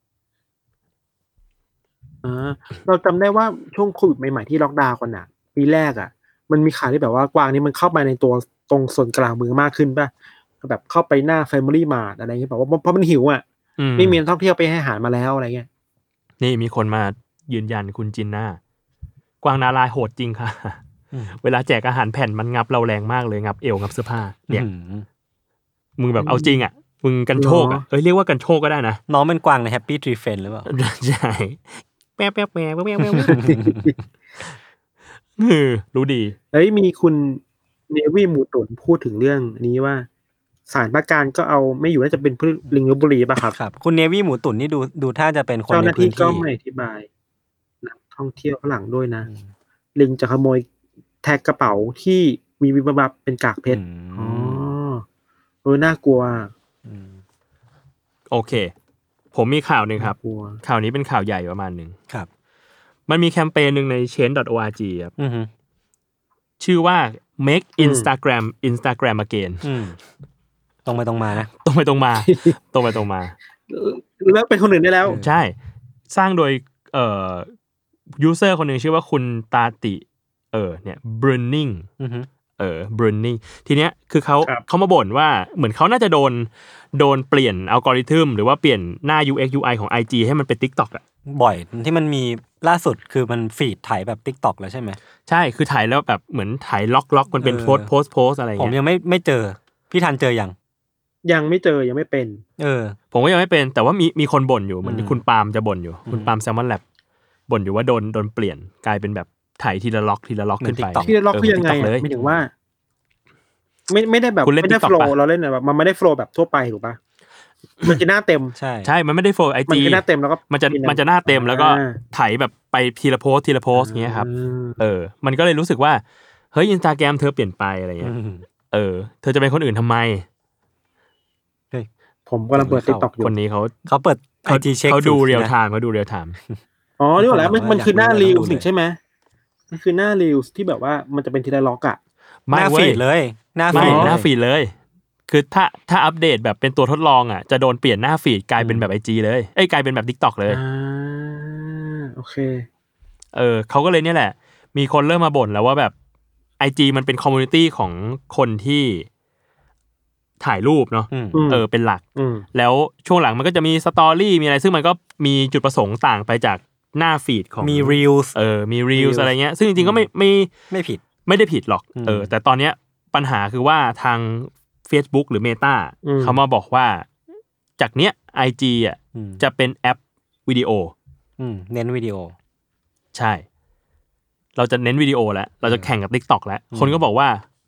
S6: อ่าเราจำได้ว่าช่วงโควิดใหม่ๆที่ล็อกดาวน์กันอ่ะปีแรกอ่ะ มันมีข่าวที่แบบว่ากวางนี่มันเข้ามาในตัวตรงส่วนกลางเมืองมากขึ้นป่ะแบบเข้าไปหน้า Family Mart อะไรเงี้ยแบบว่าเพราะมันหิวอ่ะ
S7: อืม
S6: ไม่มีนักท่องเที่ยวไปให้อาหารมาแล้วอะไรเงี้ย
S7: นี่มีคนมายืนยันคุณจินน่ากวางนาลายโหดจริงค่ะ
S5: อืม
S7: เวลาแจกอาหารแผ่นมันงับเราแรงมากเลยงับเอวงับเสื้อผ้าเนี่ย
S5: อืม
S7: มึงแบบเอาจริงอ่ะมึงกันโชคอ่ะเอ้ยเรียกว่ากันโชคก็ได้นะ
S5: น้องเป็นกวางในแฮปปี้ทรีเฟนหรือเปล่า
S7: ใช่แป๊บแป๊บแป๊บแป๊บแป๊บแป๊บเออรู้ดี
S6: เฮ้ยมีคุณเนวี่หมูตุนพูดถึงเรื่องนี้ว่าสารประการก็เอาไม่อยู่น่าจะเป็นพืชลิงลพบุรีป่ะครับ
S5: ครับคุณเนวี่หมูตุ๋นนี่ดูดูท่าจะเป็นคน
S6: เจ้าห
S5: ใน
S6: น้า
S5: พื้
S6: ที่
S5: น
S6: ก็
S5: ที่
S6: ไม่อธิบายนักท่องเที่ยวฝรั่งด้วยนะ ลิงจะขโมยแท็กกระเป๋าที่มีวิบวับเป็นกากเพชร
S5: อื
S6: อ๋อ
S5: ม
S6: เออน่ากลัว
S5: ม
S7: โอเค ผมมีข่าวหนึ่งครับ
S6: กลัว
S7: ข่าวนี้เป็นข่าวใหญ่ประมาณหนึ่ง
S5: ครับ
S7: มันมีแคมเปญหนึ่งใน change ดอท โอ อาร์ จี ครับ
S5: อือฮึ
S7: ชื่อว่า make Instagram Instagram again
S5: อืมตรงไปตรงมานะ
S7: ตรงไปตรงมา ตรงไปตรงมา
S6: เลิกเป็นคนอื่นได้แล้ว
S7: ใช่ สร้างโดยเอ่อ user คนหนึ่งชื่อว่าคุณตาติ เออเนี่ย Burning
S5: อือฮึ
S7: เออ Burning ทีเนี้ยคือเขา
S6: ครับ
S7: เขามาบ่นว่าเหมือนเขาน่าจะโดนโดนเปลี่ยนอัลกอริทึมหรือว่าเปลี่ยนหน้า ยู เอ็กซ์ ยู ไอ ของ ไอ จี ให้มันเป็น TikTok อ่ะ
S5: บ่อยที่มันมีล่าสุดคือมันฟีดถ่ายแบบ TikTok แล้วใช่ไหม
S7: ใช่คือถ่ายแล้วแบบเหมือนถ่ายล็อกล็อกมันเป็น
S5: เออ
S7: โพสโพสโพสอะไร
S5: ผม
S7: เงี้ย
S5: ยังไม่ไม่เจอ พี่ทันเจอยัง
S6: ยังไม่เจอยังไม่เป็น
S5: เออ
S7: ผมก็ยังไม่เป็นแต่ว่ามีมีคนบ่นอยู่เหมือน
S5: อืม
S7: คุณปาล์มจะบ่นอยู่ คุณ
S5: อืม
S7: ปาล์มแซมมอนแลบบ่นอยู่ว่าโดนโดนเปลี่ยนกลายเป็นแบบถ่ายทีละล็อกทีละล็อก
S5: เหมือ
S7: ขึ้
S5: น
S7: นไป
S5: TikTok
S6: ที่ล็อกคือยังไง
S7: เ
S6: อะไม่ถึงว่า ไม่ไม่ได้แบบ
S7: คุณเล่น
S6: ไม่ได้
S7: TikTok
S6: โฟล์
S7: ปะ
S6: เราเล่นแบบมันไม่ได้โฟล์แบบทั่วไปถูกปะมันจะหน้าเต็ม
S5: ใช่
S7: ใช่มันไม่ได้โฟล์ไอ
S6: มัน
S7: จี
S6: จะหน้าเต็มแล้วก็
S7: มันจะ
S6: กิ
S7: มันจะหน้าเต็มแล้วก็
S6: อ่า
S7: ถ่ายแบบไปทีละโพสทีละโพสเงี้ยครับ
S6: อืม
S7: เออมันก็เลยรู้สึกว่าเฮ้ย Instagram เธอเปลี่ยนไปอะไรเงี้ย
S5: อืม
S7: เออเธอจะเป็นคนอื่นทำไม
S6: ผมกำลังเปิด TikTok อยู่
S7: คนนี้เขา
S5: เขาเปิดไอ
S7: เขา
S5: จีเช็ค
S7: เขาดู
S5: สุ
S7: เรียล
S5: นะ
S7: ไทม์เขาดูเรียลไทม์
S6: อ๋อนี่หมดแล้วมันมันคือหน้า
S5: อยากรู้
S6: รีว
S5: อยากรู้
S6: สิ่งใช่ไหมมันคือหน้ารีวที่แบบว่ามันจะเป็นทีละล็อกอะ
S5: หน้า
S7: ไม่เว้
S5: ฟี
S7: ย
S5: ดเลย หน้า
S7: ไม่
S5: ฟีด
S7: หน้าฟีดเลย คือถ้าถ้าอัปเดตแบบเป็นตัวทดลองอ่ะจะโดนเปลี่ยนหน้าฟีดกลายเป็นแบบ ไอ จี เลยเอ้ยกลายเป็นแบบ TikTok เลย
S6: อ่าโอเค
S7: เออเขาก็เลยเนี่ยแหละ มีคนเริ่มมาบ่นแล้วว่าแบบ ไอ จี มันเป็นคอมมูนิตี้ของคนที่ถ่ายรูปเนาะ
S5: อืม
S6: อืม
S7: เออเป็นหลัก
S6: อืม
S7: แล้วช่วงหลังมันก็จะมีสตอรี่มีอะไรซึ่งมันก็มีจุดประสงค์ต่างไปจากหน้าฟีดของ
S5: มี reels
S7: เออมี reels
S5: reels
S7: อะไรเงี้ยซึ่งจริงๆก็ไม่ไม่
S5: ไม่ผิด
S7: ไม่ได้ผิดหรอก
S5: อืม
S7: เออแต่ตอนเนี้ยปัญหาคือว่าทาง Facebook หรือ Meta เขามาบอกว่าจากเนี้ย ไอ จี อ่ะจะเป็นแอปวิดีโอ
S5: อืมเน้นวิดีโอ
S7: ใช่เราจะเน้นวิดีโอแล้วเราจะแข่งกับ TikTok แล้วคนก็บอกว่า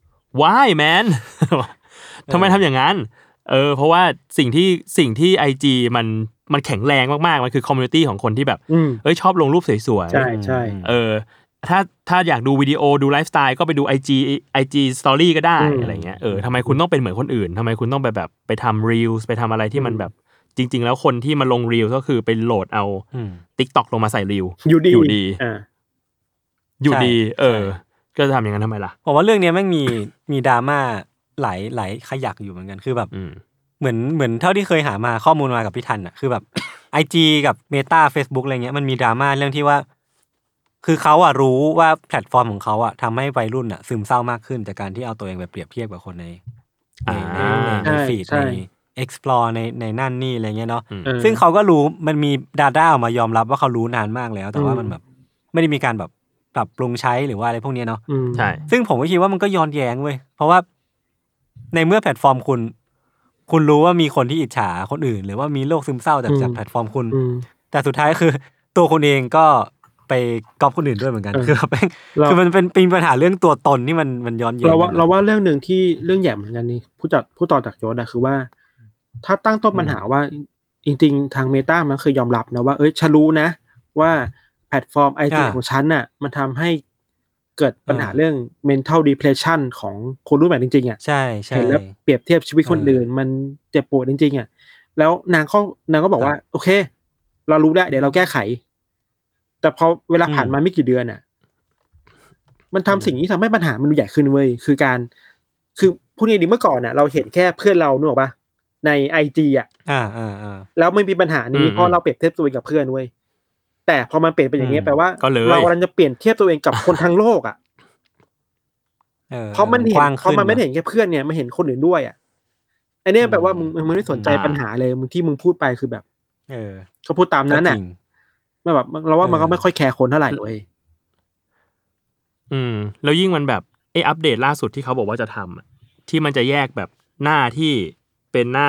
S7: why man ทำไมทำอย่างนั้นเออเพราะว่าสิ่งที่สิ่งที่ ไอ จี มันมันแข็งแรงมากๆมันคือคอมมูนิตี้ของคนที่แบบเอ้ยชอบลงรูปสวยๆ
S6: ใช่ใช่
S7: เออถ้าถ้าอยากดูวิดีโอดูไลฟ์สไตล์ก็ไปดู ไอ จี ไอ จี Story ก็ได้อะไรเงี้ยเออทำไมคุณต้องเป็นเหมือนคนอื่นทำไมคุณต้องไปแบบไปทำ Reels ไปทำอะไรที่มันแบบจริงๆแล้วคนที่มาลง Reels ก็คือไปโหลดเอา TikTok ลงมาใส่ Reel
S6: อยู่ดี
S7: อยู่ดีอยู่ดีเออก็จะทำอย่างนั้นทำไมล่ะ
S5: ผมว่าเรื่องนี้แม่งมีมีดราม่าหลายหลายขยักอยู่เหมือนกันคือแบบเหมือนเหมือนเท่าที่เคยหามาข้อมูลมากับพี่ทันอ่ะคือแบบ ไอ จี กับ Meta Facebook อะไรเงี้ยมันมีดราม่าเรื่องที่ว่าคือเขาอ่ะรู้ว่าแพลตฟอร์มของเขาอ่ะทำให้วัยรุ่นอ่ะซึมเศร้ามากขึ้นจากการที่เอาตัวเองไปเปรียบเทียบกับคนในในในในฟีดใน explore ในในนั่นนี่อะไรเงี้ยเนาะซึ่งเขาก็รู้มันมี data ออกมายอมรับว่าเขารู้นานมากแล้วแต่ว่ามันแบบไม่ได้มีการแบบปรับปรุงใช้หรือว่าอะไรพวกนี้เนาะ
S7: ใช่
S5: ซึ่งผมก็คิดว่ามันก็ย้อนแย้งเว้ยเพราะว่าในเมื่อแพลตฟอร์มคุณคุณรู้ว่ามีคนที่อิจฉาคนอื่นหรือว่ามีโรคซึมเศร้าจากจากแพลตฟอร์มคุณแต่สุดท้ายคือตัวคุณเองก็ไปก๊อปคนอื่นด้วยเหมือนกันคือเป็นคือมันเป็นเป็นปัญหาเรื่องตัวตนที่มันมันย้อนแย้ง
S6: เราว่าเราว่าเรื่องนึงที่เรื่องใหญ่เหมือนกันนี่ผู้จัดผู้ต่อจากโจทย์อะคือว่าถ้าตั้งต้นปัญหาว่าจริงๆทาง Meta มันเคยยอมรับนะว่าเอ้ยฉันรู้นะว่าแพลตฟอร์ม ไอ จี ของฉันน่ะมันทำให้เกิดปัญหาเรื่อง mental depression ของคนรุ่นใหม่จริงๆอ่ะ
S5: ใช่
S6: ๆเห็นแล้วเปรียบเทียบชีวิตคนอื่นมันเจ็บปวดจริงๆอ่ะแล้วนางก็นางก็บอกว่าโอเคเรารู้แล้วเดี๋ยวเราแก้ไขแต่พอเวลาผ่านมาไม่กี่เดือนน่ะมันทำสิ่งนี้ทำให้ปัญหามันใหญ่ขึ้นเว้ยคือการคือพูดง่ายๆเมื่อก่อนน่ะเราเห็นแค่เพื่อนเรานึกออกป่ะใน ไอ จี อ่ะ
S5: อ่าๆๆ
S6: แล้วไม่มีปัญหานี้เพราะเราเปรียบเทียบตัวเองกับเพื่อนเว้ยแต่พอมันเปลี่ยนไปอย่างนี้แปลว่าเรากำลังจะเปลี่ยนเทียบตัวเองกับคนทั้งโลกอ่ะเพราะมันเห็นเพราะมันไม่เห็นแค่เพื่อนเนี่ยมันเห็นคนอื่นด้วยอ่ะอันนี้แปลว่ามึงมึงไม่ได้สนใจปัญหาเลยมึงที่มึงพูดไปคือแบบ
S5: เออ
S6: เขาพูดตามนั้นน่ะไม่แบบเราว่ามันก็ไม่ค่อยแคร์คนเท่าไหร่เลย
S7: อืมแล้วยิ่งมันแบบไอ้อัปเดตล่าสุดที่เขาบอกว่าจะทำที่มันจะแยกแบบหน้าที่เป็นหน้า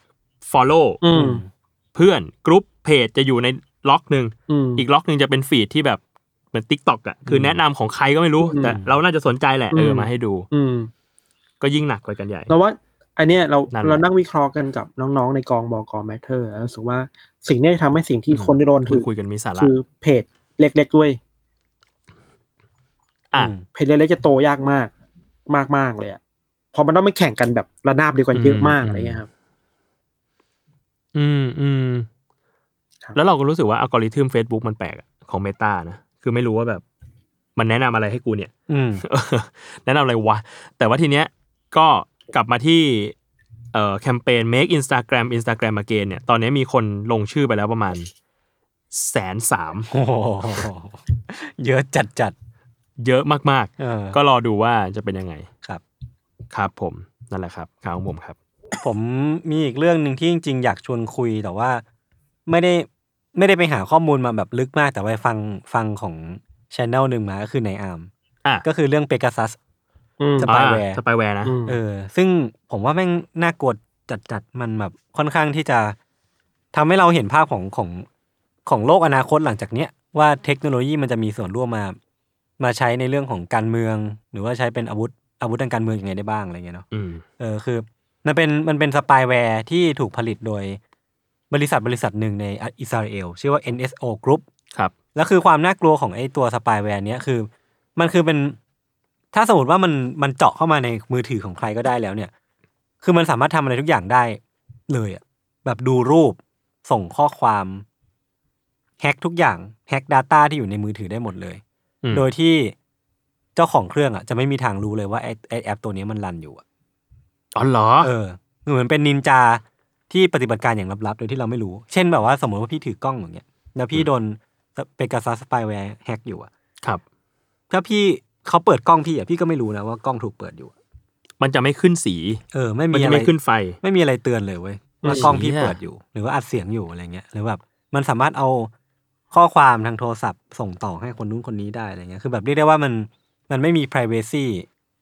S7: follow เพื่อนกรุ๊ปเพจจะอยู่ในล็อกนึงอีกล็อกนึงจะเป็นฟีดที่แบบเหมือน TikTok อ่ะคือแนะนำของใครก็ไม่รู้แต่เราน่าจะสนใจแหละเออมาให้ดูก็ยิ่งหนักไปกันใหญ่
S6: เราว่าอันเนี้ยเราเรานั่งวิเคราะห์กันกับน้องๆในกองบก.แมทเทอร์แล้วรู้สึกว่าสิ่งนี้ทำให้สิ่งที่คนได้โดนถือ
S7: คุยกันมีสาระ
S6: คือเพจเล็กๆด้วยอ่ะเพจเล็กๆจะโตยากมากมากๆเลยอ่ะพอมันต้องไปแข่งกันแบบระนาบเดียวกันเยอะมากอะไรเงี้ยครับ
S7: อืมอืมแล้วเราก็รู้สึกว่าอัลกอริทึม Facebook มันแปลกของ Meta นะคือไม่รู้ว่าแบบมันแนะนำอะไรให้กูเนี่ยแนะนำอะไรวะแต่ว่าทีเนี้ยก็กลับมาที่เอ่อแคมเปญ Make Instagram Instagram Again เนี่ยตอนนี้มีคนลงชื่อไปแล้วประมาณ หนึ่งแสนสามหมื่น
S5: โอ้เยอะจัด
S7: ๆเยอะมากๆก็รอดูว่าจะเป็นยังไง
S5: ครับ
S7: ครับผมนั่นแหละครับข่าวของผมครับ
S5: ผมมีอีกเรื่องนึงที่จริงๆอยากชวนคุยแต่ว่าไม่ได้ไม่ได้ไปหาข้อมูลมาแบบลึกมากแต่ว่าฟังฟังของ channel นึงมาก็คือใน Arm
S7: อ่ะ
S5: ก็คือเรื่อง Pegasus
S7: สปายแวร์สปายแวร์นะ
S5: เออซึ่งผมว่าแม่งน่ากลัวจัดๆมันแบบค่อนข้างที่จะทำให้เราเห็นภาพของของของโลกอนาคตหลังจากเนี้ยว่าเทคโนโลยีมันจะมีส่วนร่วมมามาใช้ในเรื่องของการเมืองหรือว่าใช้เป็นอาวุธอาวุธทางการเมืองยังไงได้บ้างอะไรเงี้ยเนาะเออคือมันเป็นมันเป็นสปายแวร์ที่ถูกผลิตโดยบริษัทบริษัทหนึ่งในอิสราเอลชื่อว่า เอ็น เอส โอ Group
S7: ครับ
S5: แล้วคือความน่ากลัวของไอ้ตัวสปายแวร์เนี้ยคือมันคือเป็นถ้าสมมติว่ามันมันเจาะเข้ามาในมือถือของใครก็ได้แล้วเนี่ยคือมันสามารถทำอะไรทุกอย่างได้เลยอ่ะแบบดูรูปส่งข้อความแฮ็กทุกอย่างแฮ็ก data ที่อยู่ในมือถือได้หมดเลยโดยที่เจ้าของเครื่องอ่ะจะไม่มีทางรู้เลยว่าไอ้ไอ้แอปตัวนี้มันรันอยู่อ่ะ
S7: อ๋อเหรอ
S5: เออเหมือนเป็นนินจาที่ปฏิบัติการอย่างลับๆโดยที่เราไม่รู้เช่นแบบว่าสมมติว่าพี่ถือกล้องอย่างเงี้ยแล้วพี่โดนPegasus spyware แฮ็กอยู่อ่ะ
S7: ครับ
S5: ถ้าพี่เขาเปิดกล้องพี่อ่ะพี่ก็ไม่รู้นะว่ากล้องถูกเปิดอยู่
S7: มันจะไม่ขึ้นสี
S5: เออไม่มีอะไร
S7: ไม่ขึ้นไฟ
S5: ไม่มีอะไรเตือนเลยเว้ยว่ากล้องพี่เปิดอยู่หรือว่าอัดเสียงอยู่อะไรเงี้ยหรือแบบมันสามารถเอาข้อความทางโทรศัพท์ส่งต่อให้คนนู้นคนนี้ได้อะไรเงี้ยคือแบบเรียกได้ว่ามันมันไม่มี privacy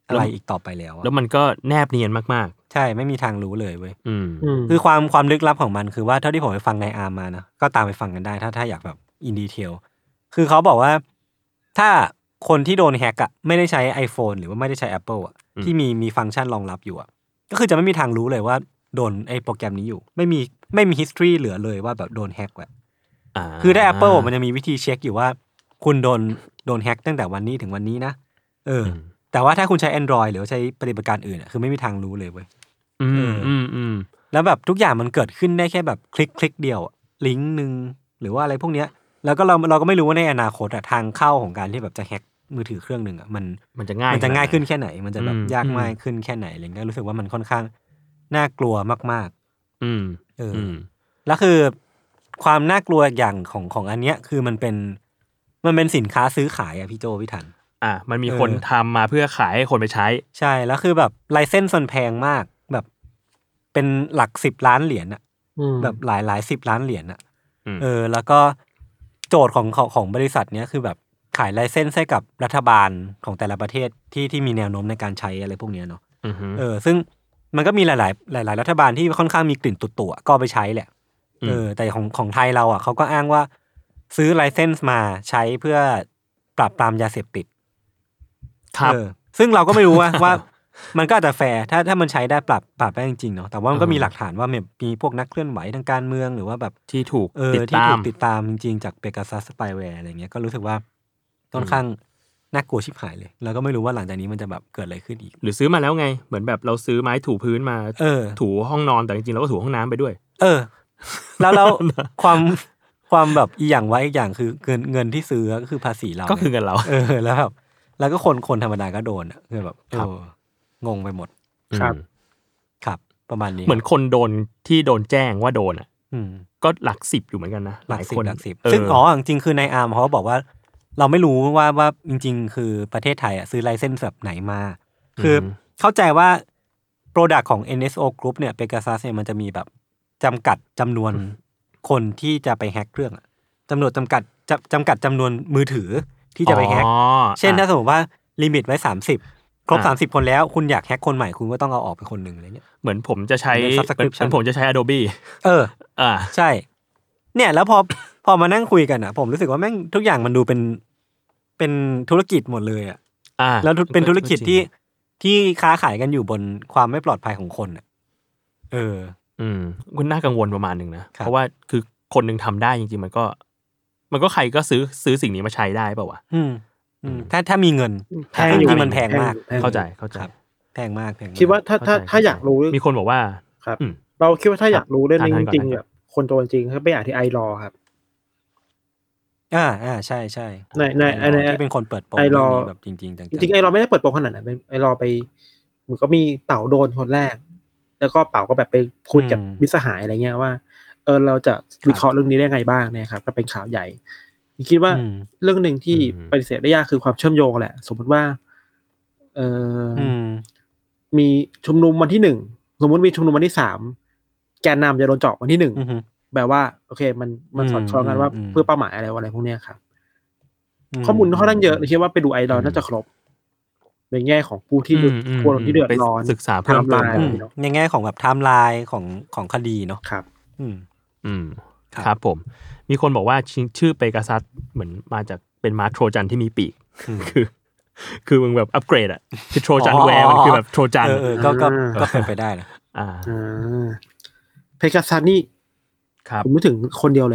S5: อะไรอีกต่อไปแล้วอะ
S7: แล้วมันก็แนบเนียนมาก
S5: ใช่ไม่มีทางรู้เลยเว้ย
S7: ๆ อืม
S6: อืม
S5: คือความความลึกลับของมันคือว่าเท่าที่ผมไปฟังในอาร์มมานะก็ตามไปฟังกันได้ถ้าถ้าอยากแบบอินดีเทลคือเขาบอกว่าถ้าคนที่โดนแฮกอ่ะไม่ได้ใช้ iPhone หรือว่าไม่ได้ใช้ Apple อ่ะ
S7: อืม
S5: ที่มีมีฟังก์ชันรองรับอยู่อ่ะก็คือจะไม่มีทางรู้เลยว่าโดนไอ้โปรแกรมนี้อยู่ไม่มีไม่มี history เหลือเลยว่าแบบโดนแฮกแหละ
S7: อ่า
S5: คือได้ Apple มันจะมีวิธีเช็คอยู่ว่าคุณโดนโดนแฮกตั้งแต่วันนี้ถึงวันนี้นะเอออแต่ว่าถ้าคุณใช้ Android หรือว่าใช้ปฏิบัติการอื่นอ่ะคือไม่มีทางรู้เลยเว้ย
S7: อื
S5: เอ
S7: ม
S5: อ
S7: อืมอืม
S5: แล้วแบบทุกอย่างมันเกิดขึ้นได้แค่แบบคลิกคลิกเดียวอะลิงก์หนึ่งหรือว่าอะไรพวกเนี้ยแล้วก็เราเราก็ไม่รู้ว่าในอนาคตอะทางเข้าของการที่แบบจะแฮกมือถือเครื่องหนึ่งอะมัน
S7: มันจะง่าย
S5: มันจะง่ายขึ้น
S7: ขดไห
S5: แค่ไหน มันจะแบบ
S7: อืม
S5: ยาก
S7: อืม
S5: มากขึ้นแค่ไหนอะไรเงี้ยรู้สึกว่ามันค่อนข้างน่ากลัวมาก
S7: อืม
S5: ๆเออ
S7: อื
S5: อ
S7: ม
S5: แล้วคือความน่ากลัวอย่างของของอันเนี้ยคือมันเป็นมันเป็นสินค้าซื้อขายอะพี่โจพี่ทัน
S7: อ่ะมันมี
S5: เออ
S7: คนทำมาเพื่อขายให้คนไปใช้
S5: ใช่แล้วคือแบบไลเซนส์มันแพงมากแบบเป็นหลักสิบล้านเหรียญอะ
S6: อืม
S5: แบบหลายหลายสิบล้านเหรียญอะ
S7: อืม
S5: เออแล้วก็โจทย์ของของของบริษัทเนี้ยคือแบบขายไลเซนส์ให้กับรัฐบาลของแต่ละประเทศที่ที่มีแนวโน้มในการใช้อะไรพวกเนี้ยเนาะ
S7: อือฮึ
S5: เออซึ่งมันก็มีหลาย ๆ หลาย ๆ รัฐบาลที่ค่อนข้างมีกลิ่นตุ่ๆอะก็เอาไปใช้แหละเออแต่ของของไทยเราอ่ะเขาก็อ้างว่าซื้อไลเซนส์มาใช้เพื่อปราบปรามยาเสพติด
S7: ครับ
S5: เออซึ่งเราก็ไม่รู้ว่า ว่ามันก็อาจจะแฟร์ถ้าถ้ามันใช้ได้ปรับปรับได้จริงๆเนาะแต่ว่ามันก็มีหลักฐานว่ามีมีพวกนักเคลื่อนไหวทางการเมืองหรือว่าแบบ
S7: ที่ถูก
S5: เออ
S7: ติด
S5: ที่
S7: ตา
S5: ถู
S7: ม
S5: กติดตามจริงๆจากเปกาซัสสปายแวร์อะไรเงี้ยก็รู้สึกว่าค่อนข้างน่ากลัวชิบหายเลย แล้วก็ไม่รู้ว่าหลังจากนี้มันจะแบบเกิดอะไรขึ้นอีก
S7: หรือซื้อมาแล้วไง เหมือนแบบเราซื้อไม้ถูพื้นมา
S5: เออ
S7: ถูห้องนอนแต่จริงๆเราก็ถูห้องน้ำไปด้วย
S5: เออ แล้วแล้ว ความความแบบอีอย่างไว้อีกอย่างคือเงินเงินที่ซื้อก็คือภาษีเรา
S7: ก็คือเงินเรา
S5: เออแล้วแบบแล้วก็คนคนธรรมดาก็โดนอ่ะคือแบบ
S7: ครับ
S5: เอองงไปหมด
S6: ครับ
S7: อืม
S5: ครับ ประมาณนี้
S7: เหมือนคนโดนที่โดนแจ้งว่าโดนอ่ะ
S5: อืม
S7: ก็หลักสิบอยู่เหมือนกันนะ
S5: หลักสิบ
S7: คน
S5: หลักสิบ
S7: เออ
S5: ซึ่งอ๋อจริงๆคือในอาร์มเขาก็บอกว่า เราไม่รู้ว่าว่าจริง ๆ คือประเทศไทยอ่ะซื้อไลเซนส์แบบไหนมา คือเข้าใจว่า Product ของ เอ็น เอส โอ Group เนี่ย Pegasus เนี่ยมันจะมีแบบจำกัดจำนวนคนที่จะไปแฮกเครื่องอะจำนวนจำกัดจำจำกัดจำนวนมือถือที่จะไปแฮก
S7: อ๋อ
S5: เช่นถ้า
S7: อ่ะ
S5: สมมติว่าลิมิตไว้สามสิบครบ
S7: อ่า
S5: สามสิบคนแล้วคุณอยากแฮกคนใหม่คุณก็ต้องเอาออกไปคนหนึ่งอะไรเงี้ย
S7: เหมือนผมจะใช้
S5: เป็น
S7: เหมือน
S5: subscription
S7: เหมือนผมจะใช้ Adobe
S5: เออ
S7: อ่า
S5: ใช่ เนี่ยแล้วพอ พอมานั่งคุยกันอ่ะ ผมรู้สึกว่าแม่งทุกอย่างมันดูเป็นเป็นธุรกิจหมดเลยอ่ะ
S7: อ่า
S5: แล้วเป็นธุรกิจที่
S7: จง
S5: ที่ค้าขายกันอยู่บนความไม่ปลอดภัยของคนอ่ะ เออ
S7: อืมคุณน่ากังวลประมาณหนึ่งนะ
S5: ครับ
S7: เพราะว่าคือคนหนึ่งทำได้จริงๆมันก็ มันก็ใครก็ซื้อซื้อสิ่งนี้มาใช้ได้เปล่าวะ
S5: อืมอืมถ้าถ้ามีเงิน
S6: แพงอยู่
S5: จริงๆมันแพงมาก
S6: แพงอยู่
S7: เข้าใจเข้าใจ
S5: ครับ แพงมากแพงมก
S6: คิดว่าถ้าถ้า
S7: เข้ใจ
S6: ถ้าอยากรู้
S7: มีคนบอกว่า
S6: ครับ
S7: อืม
S6: เราคิดว่าถ้าอยากรู้เรื่องนี้
S7: ท่า
S6: จ
S7: นๆก่อน
S6: ริงๆ
S7: ท่านๆ
S6: แบบคนโดนจริงเขาไปอ่านที่ไอรอครับ
S5: อ่าอ่าใช่ใช่
S6: ในในใน
S5: ที่เป็นคนเปิดโปง
S6: ไอรอ
S5: เรื่องนี้แบบจริงๆจัง
S6: จริงๆไอรอไม่ได้เปิดโปงขนาดนั้นเป็นไอรอไปเหมือนก็มีเต่าโดนคนแรก แล้วก็เป่าก็แบบไปคุยกับมิตรสหายอะไรเงี้ยว่าเออเราจะวิเคราะห์เรื่องนี้ได้ไงบ้างเนี่ยครับก็เป็นข่าวใหญ่คิดว่า
S5: อืม
S6: เรื่องหนึ่งที่
S7: อืม
S6: ปฏิเสธได้ยากคือความเชื่อมโยงแหละ สมมติว่า เอออ
S5: อืม
S6: มีชุมนุมวันที่หนึ่งสมมติมีชุมนุมวันที่สามแกนนำจะโดนเจาะวันที่หนึ่ง
S5: อือฮึ
S6: แบบว่าโอเค มันมัน
S5: อืม
S6: สอดคล้องกันว่า
S5: อืม
S6: เพื่อเป้าหมายอะไรอะไรพวกเนี้ยครับ ข้อมูลค่อนข้างเยอะเลยคิดว่าไปดูไอรอนน่าจะครบในแง่ของผู้ที่
S7: อืมอืม
S6: คนที่เดือดร้อน
S7: ไปศึกษาเพิ่มเติม
S6: ไทม์ไลน์อะไรเนาะ
S5: ในแง่ของแบบไทม์ไลน์ของของคดีเนาะ
S6: ครับ
S5: อืม
S7: อืม
S5: ครับ
S7: ครับผม มีคนบอกว่าชื่อชื่อเปกาซัสเหมือนมาจากเป็นม้าโทรจันที่มีปีก คือ คือมึงแบบอัปเกรดอะคือโทรจันแวร์มันคือแบบโทรจัน
S5: เออเออก็ก็ก็เป็นไปได้นะ
S7: อ่า
S6: อ่าเพกาซัสนี่
S7: ครับ
S6: ผมนึกถึงคนเดียวเลย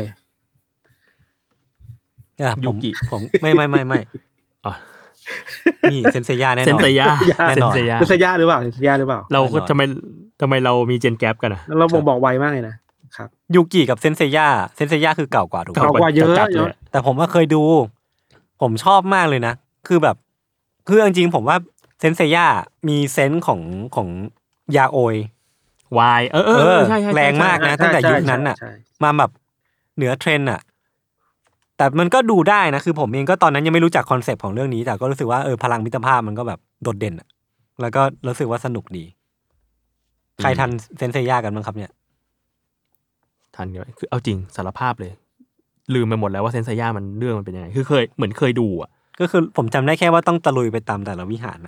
S5: อ่ะผ
S7: ยู
S5: ม
S7: กิ
S5: ผมไม่ไม่ไม่ไม่
S7: อ๋อ
S5: นี่เซนเซย่าแน่นอน
S7: เซนเซย่า
S5: แน่
S7: เซ
S5: น
S7: น
S5: อน
S7: เซย่า
S6: เป็นสยาหรือเปล่าเป็นสยาหรือเปล่า
S7: เราก็
S5: แน่นอน
S7: ทำไมทำไมเรามีเจนแกปกันอะ
S6: แล้วเราบ่งบอกไวมากเลยนะครับ
S5: ยูกิกับเซนเซย่าเซนเซย่าคือเก่ากว่าถูกไหม
S6: เก่ากว่าเยอะ
S7: จัดๆ
S6: เย
S7: เล
S6: อะ
S7: ย
S5: แต่ผมว่าเคยดู ผมชอบมากเลยนะ คือแบบคือจริงๆผมว่าเซนเซย่ามีเซนส์ของของยาโอย
S7: วายเออเออ
S5: เอ
S7: เอ
S5: อ
S7: อใช่ใช่ใช่
S5: แรงมากนะ
S6: ใช่
S5: ตั้งแต่
S6: ใช่
S5: ยุคนั้นน่ะ
S6: ใช่ใช่
S5: มาแบบเหนือเทรนด์อ่ะ แต่มันก็ดูได้นะ คือผมเองก็ตอนนั้นยังไม่รู้จักคอนเซปต์ของเรื่องนี้ แต่ก็รู้สึกว่าเออพลังมิตรภาพมันก็แบบโดดเด่นอ่ะ แล้วก็รู้สึกว่าสนุกดี ใครทันเซนเซย่ากันบ้างครับเนี่ย
S7: ทันเดียวคือเอาจริงสารภาพเลย ลืมไปหมดแล้วว่าเซนเซย่ามันเรื่องมันเป็นยังไงคือเคยเหมือนเคยดูอ่ะ
S5: ก็คือผมจำได้แค่ว่าต้องตะลุยไปตามแต่ละวิหารน่ะ
S7: เอ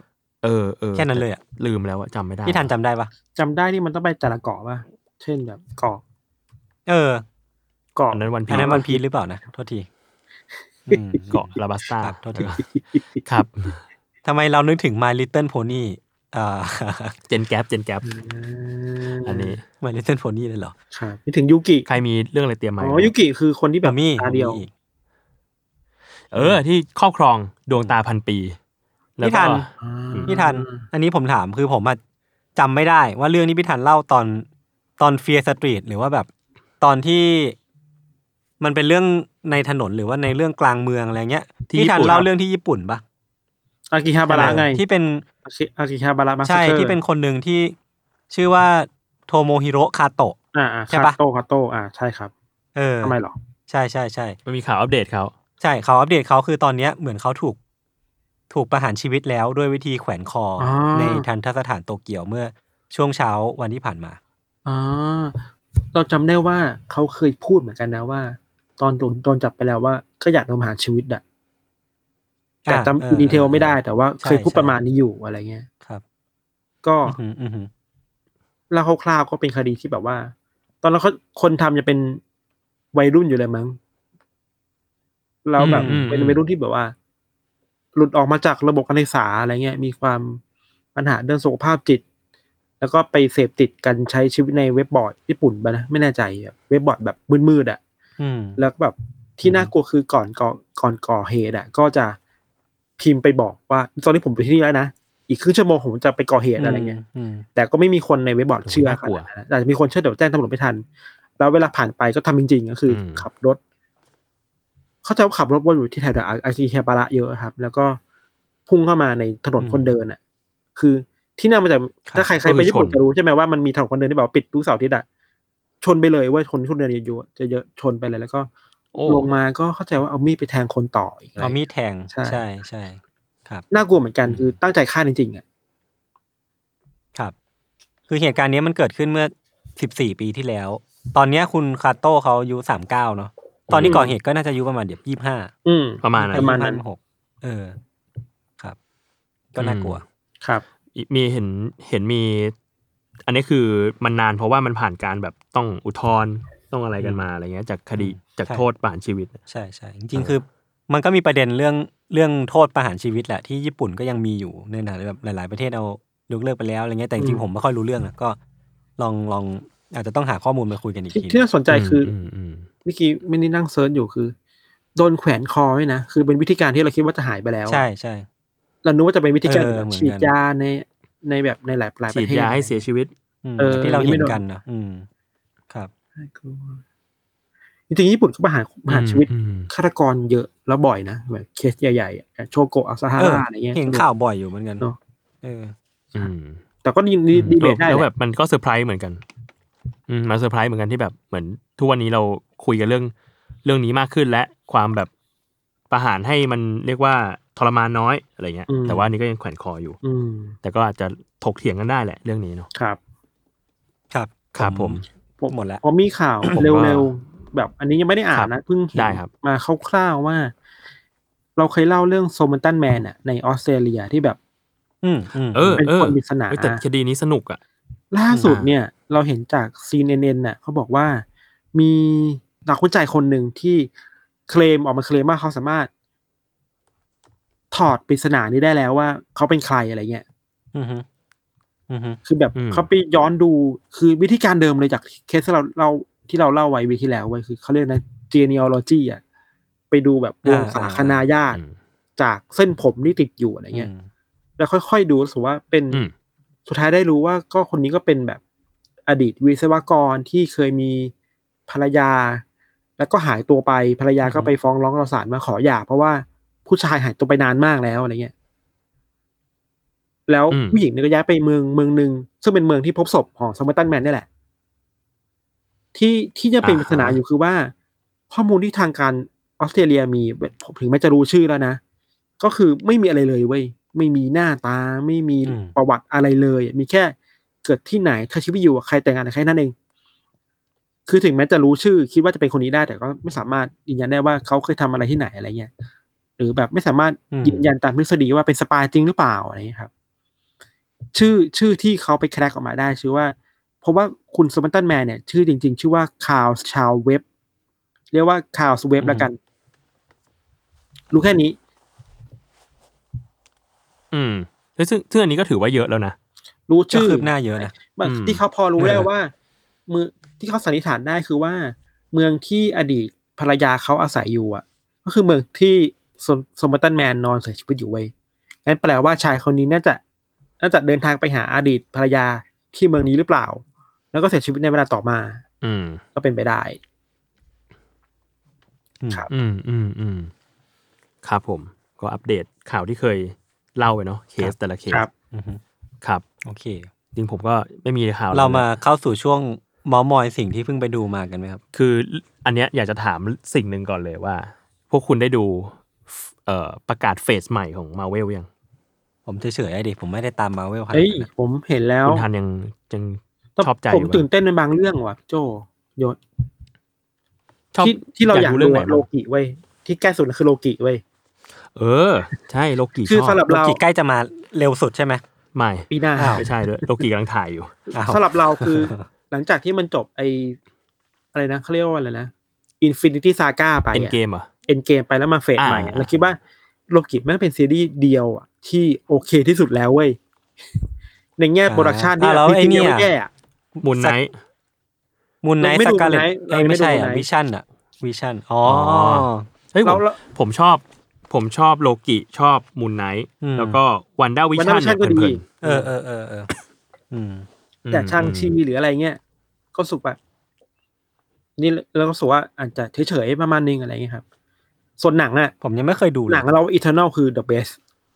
S7: เออเออ
S5: แค่นั้นเลยอ่ะ
S7: ลืมแล้วอะจำไม่ได้
S5: พี่ทันจำได้ปะ
S6: จำได้ที่มันต้องไปแต่ละเกาะป่ะเช่นแบบเกาะ
S5: เออ
S6: เกาะ
S7: อันนั้นวันพี
S5: อันนั้นวันพีหรือเปล่านะโทษทีอืม
S7: เกาะลาบัสตา
S5: ครับโทษที
S7: ครับ
S5: ทำไมเรานึกถึง My Little Pony อ่า
S7: เจนแกปเจนแกปอันนี้
S5: My Little Pony เลยเหรอ
S6: ครับนี่ถึงยูกิ
S7: ใครมีเรื่องอะไรเตรียมมา
S6: อ๋อยูกิคือคนที่แบบ
S5: ผมมี
S6: ตาเดียว
S5: ผมมี
S7: เออ ที่ครอบครองดวงตาพันปีแล้ว
S5: พี่
S7: ก็
S5: ทัน พี่ทัน อันนี้ผมถามคือผมอะจำไม่ได้ว่าเรื่องนี้พี่ทันเล่าตอนตอนเฟียร์สตรีทหรือว่าแบบตอนที่มันเป็นเรื่องในถนนหรือว่าในเรื่องกลางเมืองอะไรเงี้ยพี่ทันเล่าเรื่องที่ญี่ปุ่นปะ
S6: อากิฮาบาระไง
S5: ที่เป็น
S6: อากิฮาบาระมาสเตอร์
S5: ใช่ที่เป็นคนหนึ่งที่ชื่อว่าโทโมฮิโร่คาโตะ
S6: อ่า
S5: ใช่
S6: คา
S5: ปะ
S6: โตคาโตอ่าใช่ครับ
S5: เออ
S6: ทำไมหรอ
S5: ใช่ใช่ใช่
S7: มันมีข่าวอัปเดตเขา
S5: ใช่เขาอัปเดตเขาคือตอนเนี้ยเหมือนเขาถูกถูกประหารชีวิตแล้วด้วยวิธีแขวนคออ
S6: อ
S5: ในทันทสถานโตเกียวเมื่อช่วงเช้าวันที่ผ่านมา
S6: อ่าเราจำได้ว่าเขาเคยพูดเหมือนกันนะว่า ตอนโดนโดนจับไปแล้วว่าก็อยากโดนประหารชีวิตอะแต่
S5: อ่าเออ
S6: จำดีเทลไม่ได้แต่ว่า
S5: ใช่
S6: เคยพูด
S5: ใช่
S6: ประมาณนี้อยู่อะไรเงี้ย
S5: ครับ
S6: ก็
S5: อือหืออือหือ
S6: เล่าคร่าวๆก็เป็นคดีที่แบบว่า ตอนนั้นเขาคนทำจะเป็นวัยรุ่นอยู่เลยมั้งแล้วแบบ
S7: อืม
S6: เป็นวัยรุ่นที่แบบว่า หลุดออกมาจากระบบการศึกษาอะไรเงี้ยมีความปัญหาเรื่องสุขภาพจิต แล้วก็ไปเสพติดกันใช้ชีวิตในเว็บบอร์ดญี่ปุ่นไปนะไม่แน่ใจแบบเว็บบอร์ดแบบมืดๆอ่ะ
S5: อืม
S6: แล้วก็แบบที่น่ากลัวคือก่อนก่อก่อนก่อเหตุอ่ะก็จะพิมพ์ไปบอกว่าตอนนี้ผมไปที่นี่แล้วนะอีกครึ่งชั่วโมงผมจะไปก่อเหตุอะไรเงี้ย
S5: อืม
S6: แต่ก็ไม่มีคนในเว็บบอร์ดเชื่อ
S7: น่ากลัว
S6: ขนาดนั้นอาจจะมีคนเชื่อเดี๋ยวแจ้งตำรวจไม่ทัน แล้วเวลาผ่านไปก็ทำจริงๆก็คืออ
S7: ม
S6: ขับรถ เขาจะขับรถวนอยู่ที่แถวอากิฮาบาระเยอะครับ แล้วก็พุ่งเข้ามาในถนนคนเดินอ่ะ คือที่นั่นมันจะถ้าใครใครไปญี่ปุ่นจะรู้ใช่ไหมว่ามันมีถนนคนเดินที่แบบว่าปิดทุกเสาร์อาทิตย์อ่ะชนไปเลยว่าคนที่คนเดินเยอะๆจะเยอะชนไปเลยแล้วก็
S7: โอ้
S6: ลงมาก็เข้าใจว่าเอามีดไปแทงคนต่ออีกอะไร
S5: เอามีดแทง
S6: ใช่
S5: ใช่ใช่ครับ
S6: น่ากลัวเหมือนกันคือตั้งใจฆ่าจริงๆอ่ะ
S5: ครับ คือเหตุการณ์นี้มันเกิดขึ้นเมื่อสิบสี่ปีที่แล้ว ตอนเนี้ยคุณคาโต้เขาอายุสามสิบเก้าเนาะตอนที่ก่อเหตุก็น่าจะอายุประมาณเดี๋ยวยี่สิบห้า
S6: อืม
S7: ประมาณนั้น
S6: ประมาณนั้น
S5: หกเออ ครับ ก็น่ากลัว
S6: ครับ
S7: มีเห็นเห็นมี อันนี้คือมันนานเพราะว่ามันผ่านการแบบต้องอุทธรณ์ต้องอะไรกันมาอะไรเงี้ยจากคดีจาก
S5: ใช่
S7: โทษประหารชีวิต
S5: ใช่ใช่จริงๆคือ มันก็มีประเด็นเรื่องเรื่องโทษประหารชีวิตแหละที่ญี่ปุ่นก็ยังมีอยู่ในหลายแบบหลายๆประเทศเอายกเลิกไปแล้วอะไรเงี้ยแต่จริงๆผมไม่ค่อยรู้เรื่องนะก็ลองลองอาจจะต้องหาข้อมูลมาคุยกันอีก
S6: ที่
S5: ที
S6: ที่น่าสนใจคืออ
S7: มอืม
S6: เมื่อกี้ไม่ได้นั่งเซิร์ชอยู่คือโดนแขวนคอไว้นะคือเป็นวิธีการที่เราคิดว่าจะหายไปแล้ว
S5: ใช่ใช่
S6: เรานึกว่าจะเป็นวิธีการ
S5: เออ
S6: แบบ
S5: เหมือนกัน
S6: ฉีดยาในในแบบในหลายหลายป
S7: ฉี
S6: ระ
S7: ด
S6: เทศ
S7: ยาให้เสียชีวิต
S5: อืม
S6: เออ
S5: ที่เรา
S6: นี่
S5: เห็
S6: ไม่
S5: น
S6: โดน
S5: กันนะอืมครับ
S6: จริงๆญี่ปุ่นก็ประหารประหารชีวิต
S7: อืม
S6: ฆาตกรเยอะแล้วบ่อยนะแบบเคสใหญ่ๆอะโชโกะอาซาฮา
S5: เออ
S6: ระอะไรเงี้ย
S5: เห็นข่าวบ่อยอยู่เหมือนกัน
S6: เนอะ
S5: เออ
S7: อืม
S6: แต่ก็ดีดีดีเบตได้
S7: แล้ว
S6: แห
S7: แบ
S6: ละ
S7: บมันก็เซอร์ไพรส์เหมือนกัน อืมมันเซอร์ไพรส์เหมือนกันที่แบบเหมือนทุกวันนี้เราคุยกันเรื่องเรื่องนี้มากขึ้นและความแบบประหารให้มันเรียกว่าทรมานน้อยอะไรเงี้ย แต่ว่านี่ก็ยังแขวนคออยู่
S6: อืม
S7: แต่ก็อาจจะถกเถียงกันได้แหละเรื่องนี้เนาะ
S6: ครับ
S5: ครับ
S7: ครับผม
S5: หมดแล้ว
S6: พอมีข่าว
S7: ผมก็
S6: เร็วๆแบบอันนี้ยังไม่ได้อ่านนะเพิ่งเห็น
S7: ได้ครับ
S6: มาคร่าวๆว่า เราเคยเล่าเรื่องโซมันตันแมนอ่ะในออสเตรเลียที่แบบ
S5: อืมอืม
S7: เออ
S6: เป็น
S7: เออ
S6: คนปริศนา
S7: เฮ้ยแต่คดีนี้สนุกอ่ะ
S6: ล่าสุดเนี่ย เราเห็นจาก ซี เอ็น เอ็น น่ะเขาบอกว่ามีนักวิจัยคนหนึ่งที่เคลมออกมาเคลมว่าเขาสามารถ ถอดปริศนานี้ได้แล้วว่าเขาเป็นใครอะไรเงี้ย
S5: อืมฮึอืมฮึ
S6: คือแบบ
S7: อืม
S6: เขาไปย้อนดูคือวิธีการเดิมเลยจากเคสที่เราเราที่เราเล่าไว้วีที่แล้วไว้คือเขาเรียกนะ genealogy อ่ะไปดูแบบวงศาคณาญาติ
S7: อืม
S6: จากเส้นผมที่ติดอยู่อะไรเงี้ย แล้วค่อยๆดูรู้สึกว่าเป็น
S7: อืม
S6: สุดท้ายได้รู้ว่าก็คนนี้ก็เป็นแบบอดีตวิศวกรที่เคยมีภรรยา แล้วก็หายตัวไปภรรยาก็ไปฟ้องร้องต่อศาลมาขอหย่าเพราะว่าผู้ชายหายตัวไปนานมากแล้วอะไรเงี้ยแล้ว
S7: อืม
S6: ผู้หญิงเนี่ยก็ย้ายไปเมืองเมืองหนึ่งซึ่งเป็นเมืองที่พบศพของซัมเมอร์ตันแมนนี่แหละ ที่ที่จะเป็นปริศนาอยู่คือว่า ข้อมูลที่ทางการออสเตรเลียมีถึงแม้จะรู้ชื่อแล้วนะก็คือไม่มีอะไรเลยเว้ยไม่มีหน้าตาไม่มี
S5: อืม
S6: ประวัติอะไรเลยมีแค่เกิดที่ไหนใครชีวิตอยู่กับใครแต่งงานกับใครนั่นเอง คือถึงแม้จะรู้ชื่อคิดว่าจะเป็นคนนี้ได้แต่ก็ไม่สามารถยืนยันได้ว่าเขาเคยทำอะไรที่ไหนอะไรเงี้ยหรือแบบไม่สามารถ
S5: อืม
S6: ยืนยันตามทฤษฎีว่าเป็นสปายจริงหรือเปล่าอะไรเงี้ยครับชื่อชื่อที่เขาไปแคร็กออกมาได้ชื่อว่าเพราะว่าคุณสมันตันแมนเนี่ยชื่อจริงๆชื่อว่าคาร์ลชาวเว็บเรียกว่าคาร์ลเว็บแล้วกันรู้แค่นี้
S7: อืมซึ่งซึ่งอันนี้ก็ถือว่าเยอะแล้วนะ
S6: รู้ชื่อ
S5: คืบหน้าเยอะนะ
S6: ที่เขาพอรู้ได้ว่าเมืองที่เขาสันนิษฐานได้คือว่าเมืองที่อดีตภรรยาเขาอาศัยอยู่อ่ะก็คือเมืองที่สมันตันแมนนอนเสียชีวิตอยู่เว้ยงั้นแปลว่าชายคนนี้น่าจะน่าจะเดินทางไปหาอดีตภรรยาที่เมืองนี้หรือเปล่าแล้วก็เสียชีวิตในเวลาต่อมา
S7: อืม
S6: ก็เป็นไปได้ครับ
S7: อืมอืมอืมครับผมก็อัปเดตข่าวที่เคยเล่าไปเนาะเคสแต่ละเคส
S6: ครับ
S7: ครับ
S5: โอเค
S7: จริงผมก็ไม่มีข่าว
S5: เรามาเข้าสู่ช่วงเมามอยสิ่งที่เพิ่งไปดูมากันไหมครับ
S7: คืออันเนี้ยอยากจะถามสิ่งหนึ่งก่อนเลยว่าพวกคุณได้ดูเอ่อประกาศเฟสใหม่ของ Marvel ยัง
S5: ผมเฉยๆไอ้ดิผมไม่ได้ตาม Marvel
S6: เฮ้ยผมเห็นแล้ว
S7: คุณทันยังยังชอบใจ
S6: ผมตื่นเต้นในบางเรื่องว่ะโจโยนที่ที่เราอยากดูโลกิเว้ยที่ใกล้สุดคือโลกิเว้ย
S7: เออใช่โลกิ
S6: คือสำหรับเรา
S5: โลกิใกล้จะมาเร็วสุดใช่ไหม
S7: ไม่
S6: ปีหน้า
S7: ไม่ใช่ด้วยโลกิกำลังถ่ายอยู่
S6: สำหรับเราคือหลังจากที่มันจบไออะไรนะเขาเรียกว่าอะไรนะ Infinity Saga ไป
S7: End Game อ่ะ
S6: End Game ไปแล้วมาเฟสใหม่เราคิดว่าโลกิแม่งเป็นซีรีส์เดียวอ่ะที่โอเคที่สุดแล้วเว้ยในแง่โปรดักชันที่
S5: แล้วไอ้นี่ไม่
S6: แย่
S7: อ่ะมูนไนท์
S5: มูนไนท์สกาเลตไม่ใช่อ่ะวิชั่นอ่ะวิชั่นอ๋อ
S7: เฮ้ยผมผมชอบผมชอบโลกิชอบมูนไนท์แล้วก็วันด้าวิชั่นเนี่ยเพลิน
S5: ๆเออเออเออเอออืม
S6: แต่ช่างชีหรืออะไรเงี้ยก็สุกแบบนี่เราก็รู้สึกว่าอาจจะเฉยๆประมาณนึงอะไรเงี้ยครับส่วนหนังอ่ะ
S5: ผมยังไม่เคยดู
S6: หนังเรา Eternal คือ the best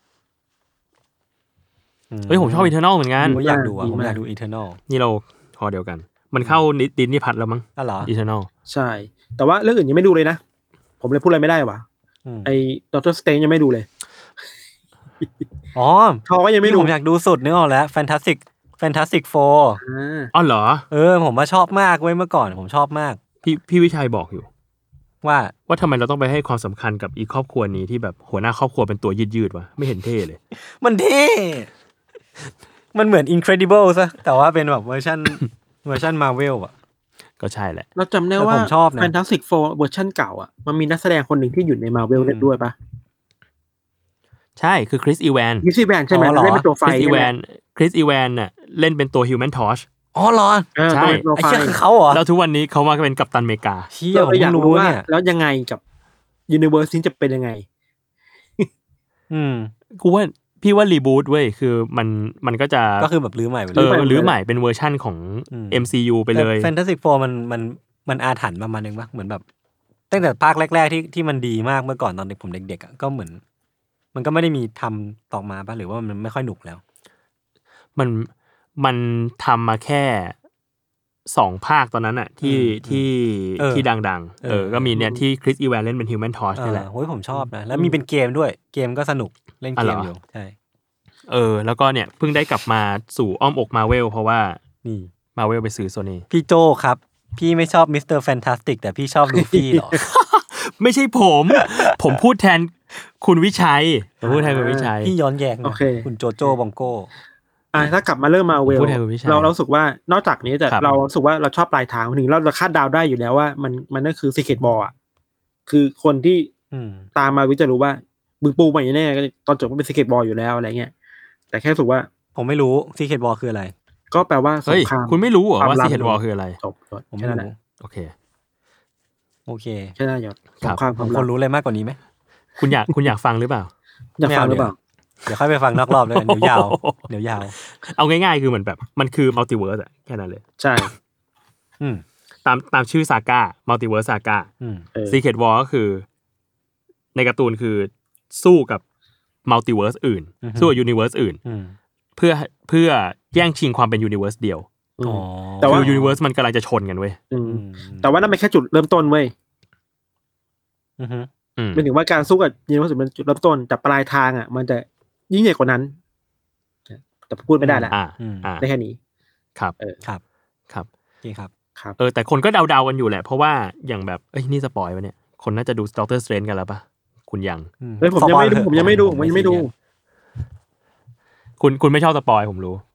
S7: เฮ้ยผมชอบ Eternal เหมือนกัน
S5: ผมอยากดูอ่ะผมอยากดู Eternal
S7: นี่เราพอเดียวกันมันเข้าดิสนีย์พัทแล้วมั้ง
S5: อ๋อเหรอ
S7: Eternal
S6: ใช่แต่ว่าเรื่องอื่นยังไม่ดูเลยนะผมเลยพูดอะไรไม่ได้ว่ะไอ้ Doctor Strange ยังไม่ดูเลย
S5: อ๋อ
S6: เขาก็ยังไม่ดู
S5: ผมอยากดูสุดนึกออกแล้ว Fantastic Fantastic Four
S7: อ๋อเหรอ
S5: เออผมว่าชอบมากเว้ยเมื่อก่อนผมชอบมาก
S7: พี่พี่วิชัยบอกอยู่
S5: ว่า
S7: ว่าทำไมเราต้องไปให้ความสำคัญกับอีครอบครัวนี้ที่แบบหัวหน้าครอบครัวเป็นตัวยืดๆวะไม่เห็นเท่เลย
S5: มันเท่มันเหมือน Incredible ซะแต่ว่าเป็นแบบเวอร์ชันเวอร์ชัน Marvel อ่ะ
S7: ก็ใช่แหละ
S6: เราจำได้ว่า Fantastic Four เวอร์ชันเก่าอ่ะมันมีนักแสดงคนหนึ่งที่อยู่ใน Marvel เล่นด้วยปะ
S7: ใช่คือคริสอีแวน
S6: คริสอีแวนใช่ไหมเล่นเป็นตัวไฟ
S7: คริสอีแวนคริสอีแวนน่ะเล่นเป็นตัว Human Torch
S5: อ๋อเหรอ
S7: ใช่
S5: ไอ้เหี้ยคือเขาเหรอ
S7: แล้วทุกวันนี้เขามาเป็นกัปตันอเมริกา
S6: เหี้ยผมอยากรู้ว่าแล้วยังไงกับ Universe นี้จะเป็นยังไง
S5: อืม
S7: กูว่าพี่ว่ารีบูทเว้ยคือมันมันก็จะ
S5: ก็คือแบบรื้อใหม่
S7: เออรื้อใหม่เป็นเวอร์ชั่นของ เอ็ม ซี ยู ไปเลย
S5: Fantastic Four มันมันมันอาถรรพ์ประมาณนึงป่ะเหมือนแบบตั้งแต่ภาคแรกๆที่ที่มันดีมากเมื่อก่อนตอนเด็กผมเด็กๆอ่ะก็เหมือนมันก็ไม่ได้มีทำต่อมาป่ะหรือว่ามันไม่ค่อยหนุกแล้ว
S7: มันมันทำมาแค่สองภาคตอนนั้นอ่ะที่ที่ที่ดังๆเออก็มีเนี่ยที่คริสอีแวนเล่นเป็น Human Torch นี่แหละ
S5: โอ้ยผมชอบนะแล้วมีเป็นเกมด้วยเกมก็สนุกเล่นเกมอยู่ใช่
S7: เออแล้วก็เนี่ยเพิ่งได้กลับมาสู่อ้อมอก Marvel เพราะว่า
S5: นี่
S7: Marvel ไปซื้อ Sony
S5: พี่โจครับพี่ไม่ชอบมิสเตอร์แฟนตาสติกแต่พี่ชอบลูฟี่หรอ
S7: ไม่ใช่ผมผมพูดแทนคุณวิชัยผมพูดแทนคุณวิชัย
S5: พี่ย้อนแย้ง
S6: okay.
S5: คุณโจโจ้บองโก้
S6: อ่ะถ้ากลับมาเริ่มมาเวลเราเราสึกว่านอกจากนี้แต่เราสึกว่าเราชอบปลายทางถึงเราเราคาดเดาได้อยู่แล้วว่ามันมันนั่นคือ Secret Ball อ่ะคือคนที่ตามมาวิจะรู้ว่าบึงปูมาอย่างแน่ตอนจบก็เป็น Secret Ball อยู่แล้วอะไรเงี้ยแต่แค่รู้สึกว่า
S5: ผมไม่รู้ Secret Ball คืออะไร
S6: ก็แปลว่า
S7: สงครามคุณไม่รู้เหรอว่า Secret Ball คืออะไร
S6: จบผมไม่รู้
S7: โอเค
S5: โอเค
S6: แค่นั้นยอดสงครามความลับ
S5: คนรู้อะไรมากกว่านี้ไหม
S7: คุณอยากคุณอยากฟังหรือเปล่า
S6: อยากฟังหรือเปล่า
S5: เดี๋ยวค่อยไปฟังนอกรอบเลยเดี๋ยวยาวเดี๋ยวยาว
S7: เอาง่ายๆคือเหมือนแบบมันคือมัลติเวิร์สอะแค่นั้นเลย
S6: ใช่
S5: อืม
S7: ตามตามชื่อซาก้ามัลติเวิร์สซาก้า
S5: อืม
S7: ซีเคร็ตวอร์ก็คือในการ์ตูนคือสู้กับมัลติเวิร์สอื่นสู้กับยูนิเวิร์สอื่นเพื่อเพื่อแย่งชิงความเป็นยูนิเวิร์สเดียว
S5: อ๋อ
S7: แต่ว่ายูนิเวิร์สมันกำลังจะชนกันเว้ย
S6: แต่ว่านั่นเป็นแค่จุดเริ่มต้นเว้ย
S5: อือฮึ
S6: เป็นถึงว่าการสู้กับยูนิเวิร์สเป็นจุดเริ่มต้นแต่ปลายทางอ่ะมันจะยิ่งใหญ่กว่านั้นแต่พูดไม่ได้แหละได้แค่นี้
S7: ครับ
S5: เออครับ
S7: ครับ
S5: โอเคครับ
S6: ครับ
S7: เออแต่คนก็เดาๆกันอยู่แหละเพราะว่าอย่างแบบเอ้ยนี่สปอยล์ป่ะเนี่ยคนน่าจะดูด็อกเตอร์สเตรนจ์กันแล้วป่ะคุณยัง
S6: เฮ้ยผมยังไม่ดูผมยังไม่ดูผมยังไม่ดู
S7: คุณคุณไม่ชอบสปอยล์ผมรู้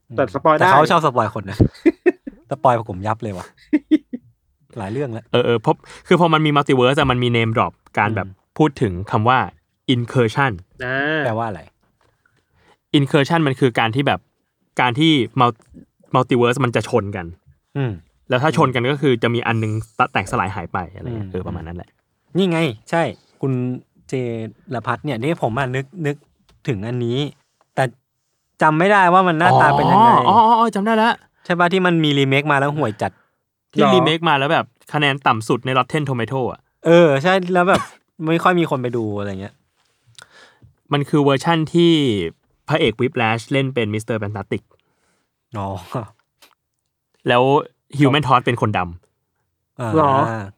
S6: แต่สปอยได้
S5: แต่เขาชอบสปอยคนนะ สปอยผมยับเลยว่ะ หลายเรื่องแล้ว
S7: เออเออเพราะคือพอมันมีมัลติเวิร์สมันมีเนมดรอปการแบบพูดถึงคำว่า incursion
S5: แปลว่าอะไร
S7: incursion มันคือการที่แบบการที่มัลติเวิร์สมันจะชนกันแล้วถ้าชนกันก็คือจะมีอันนึงแตกสลายหายไปอะไรเออประมาณนั้นแหละ
S5: นี่ไงใช่คุณเจรพัฒน์เนี่ยนี่ผมมานึกนึกถึงอันนี้แต่จำไม่ได้ว่ามันหน้าตาเป็นยังไง
S7: อ๋ออ๋อจำได้แล้ว
S5: ใช่ป่ะที่มันมีรีเมคมาแล้วห่วยจัด
S7: ที่รีเมคมาแล้วแบบคะแนนต่ำสุดใน Rotten Tomato อ่ะ
S5: เออใช่แล้วแบบไม่ค่อยมีคนไปดูอะไรเงี้ย
S7: มันคือเวอร์ชั่นที่พระเอกวิปแลชเล่นเป็นมิสเตอร์แฟนตาสติก
S5: อ๋อ
S7: แล้วฮิวแมนทอสเป็นคนด
S5: ำหรอ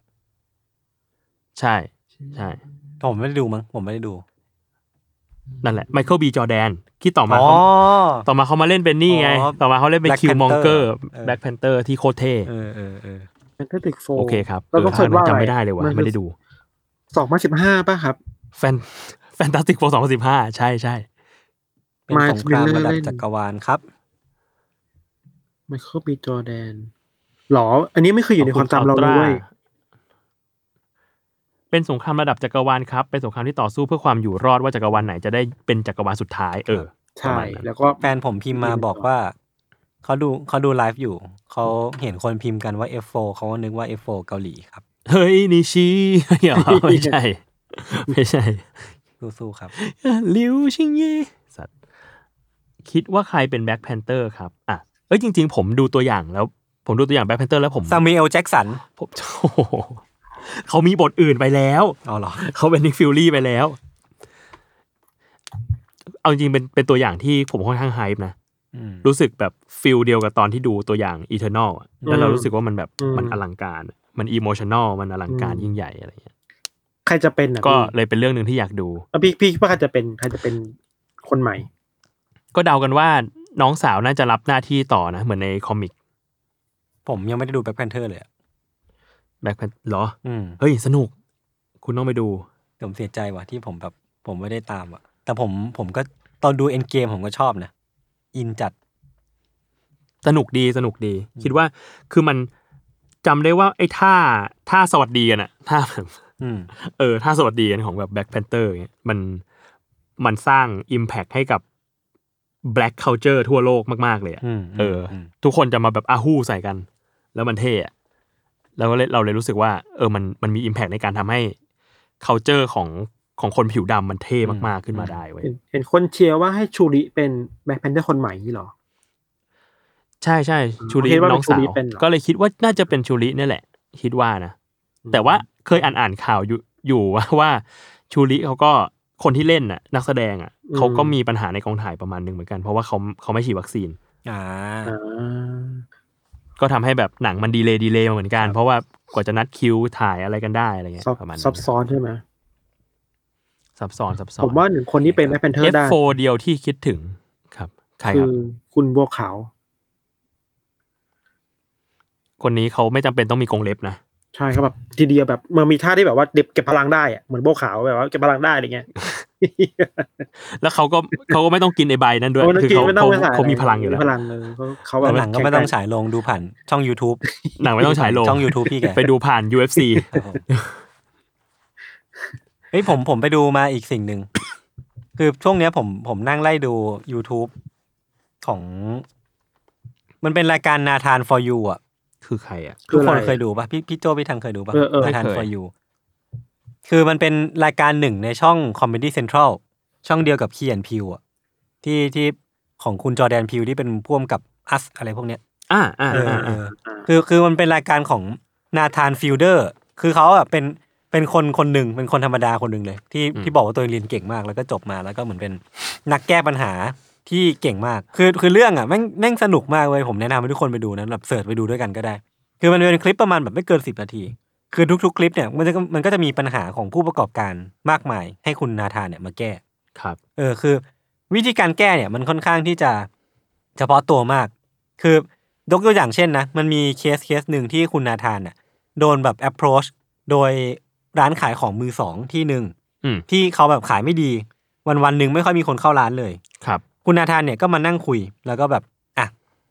S7: ใช่ใช่
S5: ผมไม่ได้ดูมั้งผมไม่ได้ดู
S7: นั่นแหละไมเคิลบีจอร์แดนที่ต่อมาเขาต่อมาเขามาเล่นเป็นนี่ไงต่อมาเขาเล่นเป็นคิวมองเกอร์แบล็คแพนเตอร์ที่โคตรเท่
S5: เออเออเออ
S6: แฟนตาติกโฟร์
S7: โอเคครับเราต้องเสิร์ชว่าจำไม่ได้เลยว่ะไม่ได้ดู
S6: สองพันสิบห้าป่ะครับ
S7: แฟนแฟนตาติกโฟร์สองพันสิบห้าใช่ใช่
S5: เป็นสงครามระดับจักรวาลครับ
S6: ไมเคิลบีจอร์แดนหรออันนี้ไม่เคยอยู่ในความจำเราเลย
S7: เป็นสงครามระดับจักรวาลครับเป็นสงครามที่ต่อสู้เพื่อความอยู่รอดว่าจักรวาลไหนจะได้เป็นจักรวาลสุดท้ายเออ
S6: ใช่แล้วก็
S5: แฟนผมพิมพ์มาบอกว่าเขาดูเขาดูไลฟ์อยู่เขาเห็นคนพิมพ์กันว่า เอฟ โฟร์ เขาก็นึกว่า เอฟ โฟร์ เกาหลีครับ
S7: เฮ้ยนิชิไม่ใช่ไม่ใช่
S5: สู้ๆครับ
S7: ลิวชิงเย่สัตว์คิดว่าใครเป็นแบล็คแพนเตอร์ครับอ่ะเอ้ยจริงๆผมดูตัวอย่างแล้วผมดูตัวอย่างแบล็คแพนเตอร์แล้วผม
S5: ซามูเอลแจ็คสัน
S7: ผมโอ้เขามีบทอื่นไปแล้ว
S5: อ๋อเหรอ
S7: เขาเป็นนิกฟิลลี่ไปแล้วเอาจริงเป็นเป็นตัวอย่างที่ผมค่อนข้างไฮป์นะรู้สึกแบบฟิลเดียวกับตอนที่ดูตัวอย่าง Eternal อ่ะแล้วเรารู้สึกว่ามันแบบมันอลังการมันอิโมชันนอลมันอลังการยิ่งใหญ่อะไรเงี้ย
S6: ใครจะเป็นอ่ะ
S7: ก็เลยเป็นเรื่องนึงที่อยากดู
S6: พี่พี่ว่าใครจะเป็นใครจะเป็นคนใหม่
S7: ก็เดากันว่าน้องสาวน่าจะรับหน้าที่ต่อนะเหมือนในคอมิก
S5: ผมยังไม่ได้ดู Black Panther เลย
S7: แบล็คแพนเหรอเฮ้ยสนุกคุณต้องไปดู
S5: ผมเสียใจว่ะที่ผมแบบผมไม่ได้ตามอ่ะแต่ผมผมก็ตอนดู Endgame ผมก็ชอบนะอินจัด
S7: สนุกดีสนุกดีคิดว่าคือมันจำได้ว่าไอ้ท่าท่าสวัสดีกันอะท่าแบบเออท่าสวัสดีกันของแบบแบล็คแพนเตอร์เงี้ยมันมันสร้าง impact ให้กับ black culture ทั่วโลกมากๆเลยอ่ะเออทุกคนจะมาแบบอาฮู้ใส่กันแล้วมันเท่อะแล้วเราเลยรู้สึกว่าเออมันมันมี impact ในการทำให้ culture ของของคนผิวดำมันเท่มากๆขึ้นมาได้เว้ย
S6: เห็นคนเชียร์ว่าให้ชูริเป็นแบล็คแพนเตอร์คนใหม่นี่หรอ
S7: ใช่ใช่ชูริน้องสาวก็เลยคิดว่าน่าจะเป็นชูรินี่แหละคิดว่านะแต่ว่าเคยอ่านอ่านข่าวอยู่อยู่ว่าว่าชูริเขาก็คนที่เล่นน่ะนักแสดงอ่ะเขาก็มีปัญหาในกองถ่ายประมาณนึงเหมือนกันเพราะว่าเขาเขาไม่ฉีดวัคซีน
S5: อ่า
S7: ก็ทำให้แบบหนังมันดีเลย์ดีเลย์มาเหมือนกันเพราะว่ากว่าจะนัดคิวถ่ายอะไรกันได้อะไรเงี้ยประมาณ
S6: ซับซ้อนใช่ไหม
S7: ซับซ้อนซับซ้อน
S6: ผมว่าหนึ่งคนนี้เป็นแบล็คแพนเทอร์ได้
S7: เอฟ โฟร์ เดียวที่คิดถึงครับใครครับ
S6: คุณบัวขาว
S7: คนนี้เขาไม่จำเป็นต้องมีกรงเล็บนะ
S6: ใช่ครับแบบทีเดียวแบบมันมีท่าที่แบบว่าเด็บเก็บพลังได้อะเหมือนบัวขาวแบบว่าเก็บพลังได้อะไรเงี้ย
S7: แล้วเขาก็เขาก็ไม่ต้องกินไอ้ใบนั้นด้วยคือเขาเขามีพลังอยู่แล้ว
S6: พลังเลยเขาแบบ
S5: หนังก็ไม่ต้องฉายลงดูผ่านช่อง YouTube
S7: หนังไม่ต้องฉายลง
S5: ช่อง YouTube พี่แก
S7: ไปดูผ่าน ยู เอฟ ซี
S5: เฮ้ยผมผมไปดูมาอีกสิ่งนึงคือช่วงเนี้ยผมผมนั่งไล่ดู YouTube ของมันเป็นรายการนาธาน for you อ่ะ
S7: คือใครอ่ะ
S5: ทุกคนเคยดูป่ะพี่พี่โจพี่ทังเคยดูป่ะนาธาน for you คือมันเป็นรายการหนึ่งในช่อง Comedy Central ช่องเดียวกับคีแอนพิวอ่ะที่ที่ของคุณจอร์แดนพิวที่เป็นพ่วงกับ Us อะไรพวกเนี้ย
S7: อ่าอ่าอ่า
S5: คือคือมันเป็นรายการของนาธานฟิลเดอร์คือเขาอ่ะเป็นเป็นคนคนหนึ่งเป็นคนธรรมดาคนหนึ่งเลยที่ที่บอกว่าตัวเองเรียนเก่งมากแล้วก็จบมาแล้วก็เหมือนเป็นนักแก้ปัญหาที่เก่งมากคือคือเรื่องอ่ะแม่งแม่งสนุกมากเลยผมแนะนำให้ทุกคนไปดูนะแบบเสิร์ชไปดูด้วยกันก็ได้คือมันเป็นคลิปประมาณแบบไม่เกินสิบนาทีคือทุกๆคลิปเนี่ยมันจะมันก็จะมีปัญหาของผู้ประกอบการมากมายให้คุณนาธานเนี่ยมาแก้
S7: ครับ
S5: เออคือวิธีการแก้เนี่ยมันค่อนข้างที่จะเฉพาะตัวมากคือยกตัวอย่างเช่นนะมันมีเคสเคสหนึ่งที่คุณนาธานน่ะโดนแบบ approach โดยร้านขายของมือสองที่หนึ่งที่เขาแบบขายไม่ดีวันวันหนึ่งไม่ค่อยมีคนเข้าร้านเลย
S7: ครับ
S5: คุณนาธานเนี่ยก็มานั่งคุยแล้วก็แบบอ่ะ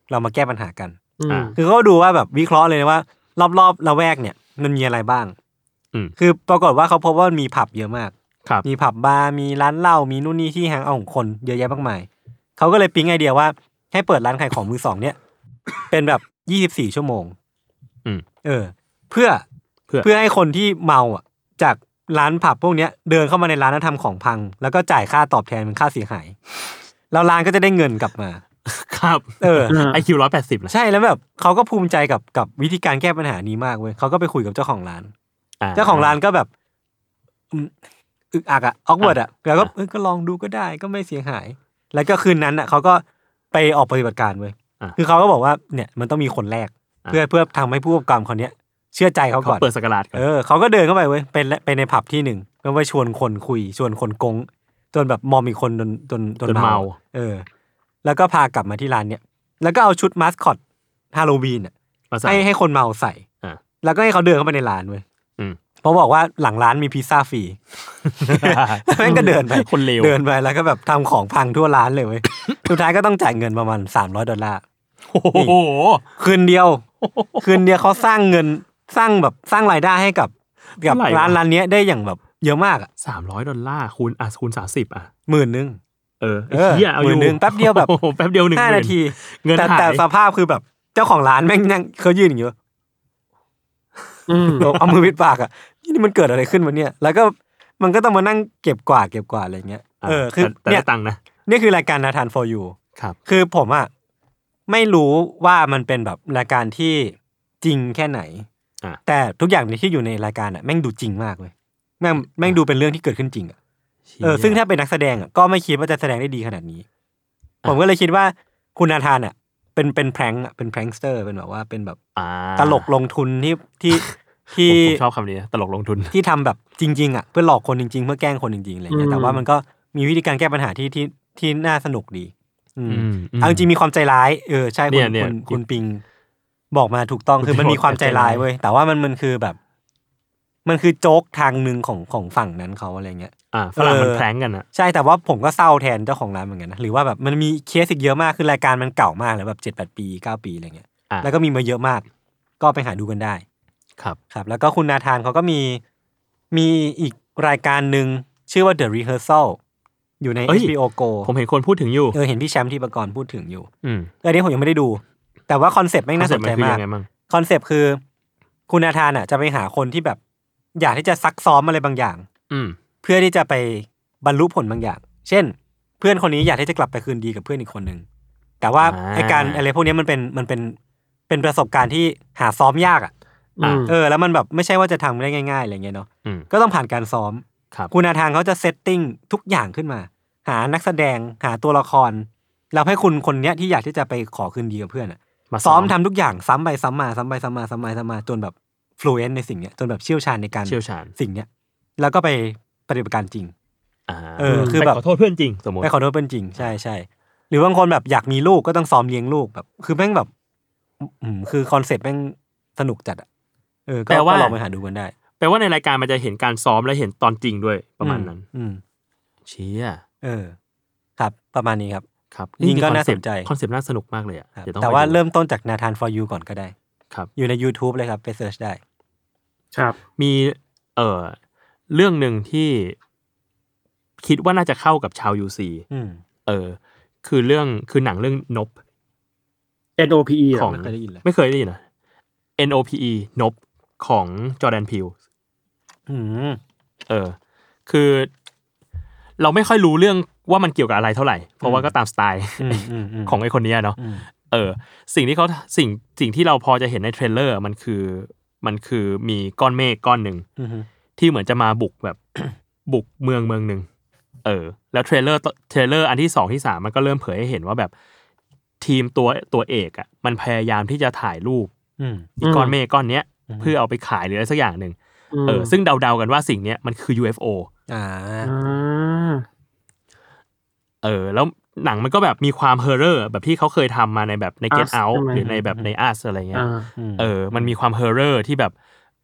S5: เรามาแก้ปัญหากัน
S7: อ่า
S5: คือเขาดูว่าแบบวิเคราะห์เลยว่ารอบๆละแวกเนี่ยมันมีอะไรบ้าง
S7: อืม
S5: คือปรากฏว่าเขาพบว่ามีผับเยอะมาก
S7: ครับ
S5: มีผับบาร์มีร้านเหล้ามีนู่นนี่ที่แฮงเอาท์ของคนเยอะแยะมากมายเขาก็เลยปิ๊งไอเดียว่าให้เปิดร้านขายของมือสองเนี่ย เป็นแบบยี่สิบสี่ชั่วโมง
S7: อืม
S5: เออ เพื่อ
S7: เพื่อ
S5: เพื่อให้คนที่เมาอ่ะจากร้านผับพวกเนี้ยเดินเข้ามาในร้านแล้วทำของพัง แล้วก็จ่ายค่าตอบแทนเป็นค่าเสียหายแล้วร้านก็จะได้เงินกลับมา
S7: ครับ
S5: เออ
S7: ไอคิวร้อยแปดสิบ
S5: ใช่แล้วแบบเขาก็ภูมิใจกับกับวิธีการแก้ปัญหานี้มากเว้ยเขาก็ไปคุยกับเจ้าของร้าน เจ้าของร้านก็แบบอืมอึกอักอะออกเวิร์ดอะแล้วก็เออก็ลองดูก็ได้ก็ไม่เสียหาย แล้วก็คืนนั้นอะเขาก็ไปออกปฏิบัติการเว้ยคือเขาก็บอกว่าเนี่ยมันต้องมีคนแรกเพื่อเพื่อทำให้ผู้ประกอบการคนเนี้ยเชื่อใจเขาก่อน
S7: เปิดสกัดก่อน
S5: เออเขาก็เดินเข้าไปเว้ยเป็นไปในผับที่หนึ่งก็ไปชวนคนคุยชวนคนกงจนแบบมอมอีกคนจนจนจนเมาเออแล้วก็พากลับมาที่ร้านเนี่ยแล้วก็เอาชุดมาสคอตฮาโลวีนอ่ะให้ให้คนเมาใส่แล้วก็ให้เขาเดินเข้าไปในร้านเว้ยเพราะบอกว่าหลังร้านมีพิซซ่าฟรีแล้วแม่งก็เดินไป
S7: คนเลว
S5: เดินไปแล้วก็แบบทำของพังทั่วร้านเลยเว้ยสุดท้ายก็ต้องจ่ายเงินประมาณสามร้อยดอลลาร์
S7: โอ้โห
S5: คืนเดียวคืนเดียวเขาสร้างเงินสร้างแบบสร้างรายได้ให้กับกับร้านร้านนี้ได้อย่างแบบเยอะมากอ่ะ
S7: สามร้อยดอลลาร์คูณอ่ะคูณสามสิบอ่ะ
S5: หมื่นนึง
S7: เออไอ้เหี้ยเอาอยู่
S5: หมื่นนึงแป๊บเดียวแบบ
S7: โอ้โหแป๊บเดียวหนึ่ง
S5: ห้านาที
S7: เงิน
S5: แต่
S7: หาย
S5: แต่สภาพคือแบบเจ้าของร้านแม่งนั่งเขายืนอย่างเงี้ย
S6: อืม
S5: เอามือปิดปากอ่ะนี่มันเกิดอะไรขึ้นวะเนี่ยแล้วก็มันก็ต้องมานั่งเก็บกวาดเก็บกวาดอะไรเงี้ยเออคือ
S7: แต่
S5: เนี่ย
S7: ได้ตังค์นะ
S5: นี่คือรายการนาธาน for you
S7: ครับ
S5: คือผมอ่ะไม่รู้ว่ามันเป็นแบบรายการที่จริงแค่ไหน
S7: อ่ะ
S5: แต่ทุกอย่างที่อยู่ในรายการอ่ะแม่งดูจริงมากเลยแม่งแม่งดูเป็นเรื่องที่เกิดขึ้นจริงอ่ะเออซึ่งถ้าเป็นนักแสดงอ่ะก็ไม่คิดว่าจะแสดงได้ดีขนาดนี้ ผมก็เลยคิดว่าคุณนาธานอ่ะเป็นเป็นแพร้งอ่ะเป็นแพร้งสเตอร์เป็นแบบว่าเป็นแบบ
S7: อ่า
S5: ตลกลงทุนที่ที่
S7: ผม
S5: ที่
S7: ผมชอบคำนี้นะตลกลงทุน
S5: ที่ทำแบบจริงๆอ่ะเพื่อหลอกคนจริงๆเพื่อแกล้งคนจริงๆอะไรเงี้ยแต่ว่ามันก็มีวิธีการแก้ปัญหาที่ที่ที่น่าสนุกดี อืม
S7: อืมอืม
S5: เอาจริงๆมีความใจร้ายเออใช่
S7: เนี่
S5: คุณ
S7: ยเนี่ย
S5: คุณคุณปิงบอกมาถูกต้อง
S7: คุณ
S5: คือมัน
S7: ปิง
S5: มีความใจร้าย
S7: ใจร้าย
S5: เว้ยแต่ว่ามันมันคือแบบ มันคือโจ๊กทางหนึ่งของของฝั่งนั้นเขาอะไรเงี้ย
S7: อ่าฝรั่งมัน
S5: เออ
S7: แพร้งกันอ่ะ
S5: ใช่แต่ว่าผมก็เศร้าแทนเจ้าของร้านเหมือนกันนะหรือว่าแบบมันมีเคสอีกเยอะมากคือรายการมันเก่ามากเลยแบบเจ็ดแปดปีเก้าปีอะไรเงี้ย
S7: อ่ะ
S5: แล้วก็มีมาเยอะมาก ก็ไปหาดูกันได้
S7: ครับ
S5: ครับ แล้วก็คุณนาธานเขาก็มีมีอีกรายการหนึ่งชื่อว่า The Rehearsal อยู่ใน
S7: เอ้
S5: เอย ช บี โอ Go
S7: ผมเห็นคนพูดถึงอยู่
S5: เออเห็นพี่แชมป์ที่ประกรณ์พูดถึงอยู่
S7: อืม
S5: เออนี้ผมยังไม่ได้ดู แต่ว่าคอนเซปต์แม่งน่าสนใจ
S7: คอ
S5: มาก
S7: ยังไงบ้าง
S5: คอนเซปต์คือคุณนาธานอ่ะจะไปหาคนที่แบบอยากที่จะซักซ้อมอะไรบางอย่าง
S7: อืม
S5: เพื่อที่จะไปบรรลุผลบางอย่าง เช่น เพื่อนคนนี้อยากที่จะกลับไปคืนดีกับเพื่อนอีกคนหนึ่งแต่ว่า
S7: อ่า
S5: ไอการอะไรพวกนี้มันเป็นมันเป็นเป็นประสบการณ์ที่หาซ้อมยากอ่ะ
S7: อ่ะ
S5: เออแล้วมันแบบไม่ใช่ว่าจะทำได้ง่ายๆอะไรเงี้ยเนาะ
S7: อืม
S5: ก็ต้องผ่านการซ้อม
S7: ครับ
S5: คุณนาธานเขาจะเซตติ้งทุกอย่างขึ้นมา หานักแสดงหาตัวละครแล้วให้คุณคนเนี้ยที่อยากที่จะไปขอคืนดีกับเพื่อนอ่ะ
S7: มา
S5: ซ้อมทำทุกอย่างซ้ำไปซ้ำมาซ้ำไปซ้ำมาซ้ำไปซ้ำมาจนแบบฟลูเอนซ์ในสิ่งเนี้ยจนแบบเชี่ยวชาญในการ
S7: เชี่ยวชาญ
S5: สิ่งเนี้ยแล้วก็ไปปฏิบัติการจริง
S7: อ่า
S5: เออคือแบบ
S7: ไปขอโทษเพื่อนจริงสมมติ
S5: ไปขอโทษเป็นจริงใช่ใช่หรือบางคนแบบอยากมีลูกก็ต้องซ้อมเลี้ยงลูกแบบ คือแม่งแบบอืมคือคอนเซ็ปต์แม่งสนุกจัดอ่ะเออก็ก็ลองไปหาดูกันได้
S7: แปลว่าในรายการมันจะเห็นการซ้อมและเห็นตอนจริงด้วยประมาณนั้น
S5: อืม
S7: เชี่ย
S5: เออ ครับประมาณนี้ครับ
S7: ครับ
S5: จริงก็น่าสนใจ
S7: คอนเซปต์น่าสนุกมากเลยอ่ะ
S5: ครับ
S7: เดี๋ยวต้อง
S5: แต่ว่า
S7: ไปดู
S5: เริ่มต้นจากนาธาน for you ก่อนก็ได้
S7: ครับ
S5: อยู่ใน YouTube เลยครับไปเสิร์ชได้
S6: ครับ
S7: มีเอ่อเรื่องหนึ่งที่คิดว่าน่าจะเข้ากับชาว ยู ซี
S5: อืม
S7: เออคือเรื่องคือหนังเรื่องนบ
S6: เอ็น โอ พี อี
S7: ของ
S5: ไม่เคยได้ยินเลย
S7: ไม่เคยได้ยินเหรอ เอ็น โอ พี อี นบของจอร์แดนพิล
S5: อืม
S7: เออคือเราไม่ค่อยรู้เรื่องว่ามันเกี่ยวกับอะไรเท่าไหร่เพราะว่าก็ตามสไตล์
S5: อืมอืมอืม
S7: ของไอ้คนนี้เนาะ
S5: อืม
S7: เออสิ่งที่เขาสิ่งสิ่งที่เราพอจะเห็นในเทรลเลอร์มันคือมันคือมีก้อนเมฆก้อนหนึ่ง
S5: อืม
S7: ที่เหมือนจะมาบุกแบบ บุกเมืองเมืองหนึ่งเออแล้วเทรลเลอร์เทรลเลอร์อันที่สองที่สามมันก็เริ่มเผยให้เห็นว่าแบบทีมตัวตัวเอกอ่ะมันพยายามที่จะถ่ายรูป
S5: อืม
S7: อีกก้อนเมฆก้อนเนี้ย
S5: อืม
S7: เพื่อเอาไปขายหรืออะไรสักอย่างหนึ่ง
S6: ม
S7: เออซึ่งเดาๆกันว่าสิ่งเนี้ยมันคือ ยู เอฟ โอ
S5: อ่า
S6: อ่า
S7: เออแล้วหนังมันก็แบบมีความเฮอร์เรอร์แบบที่เขาเคยทำมาในแบบใน Get
S6: Us
S7: Out
S6: ใช่ไหม
S7: หรือในแบบใน Us อะไรเงี้ย
S6: อ่า
S7: เออมันมีความเฮอร์เรอร์ที่แบบ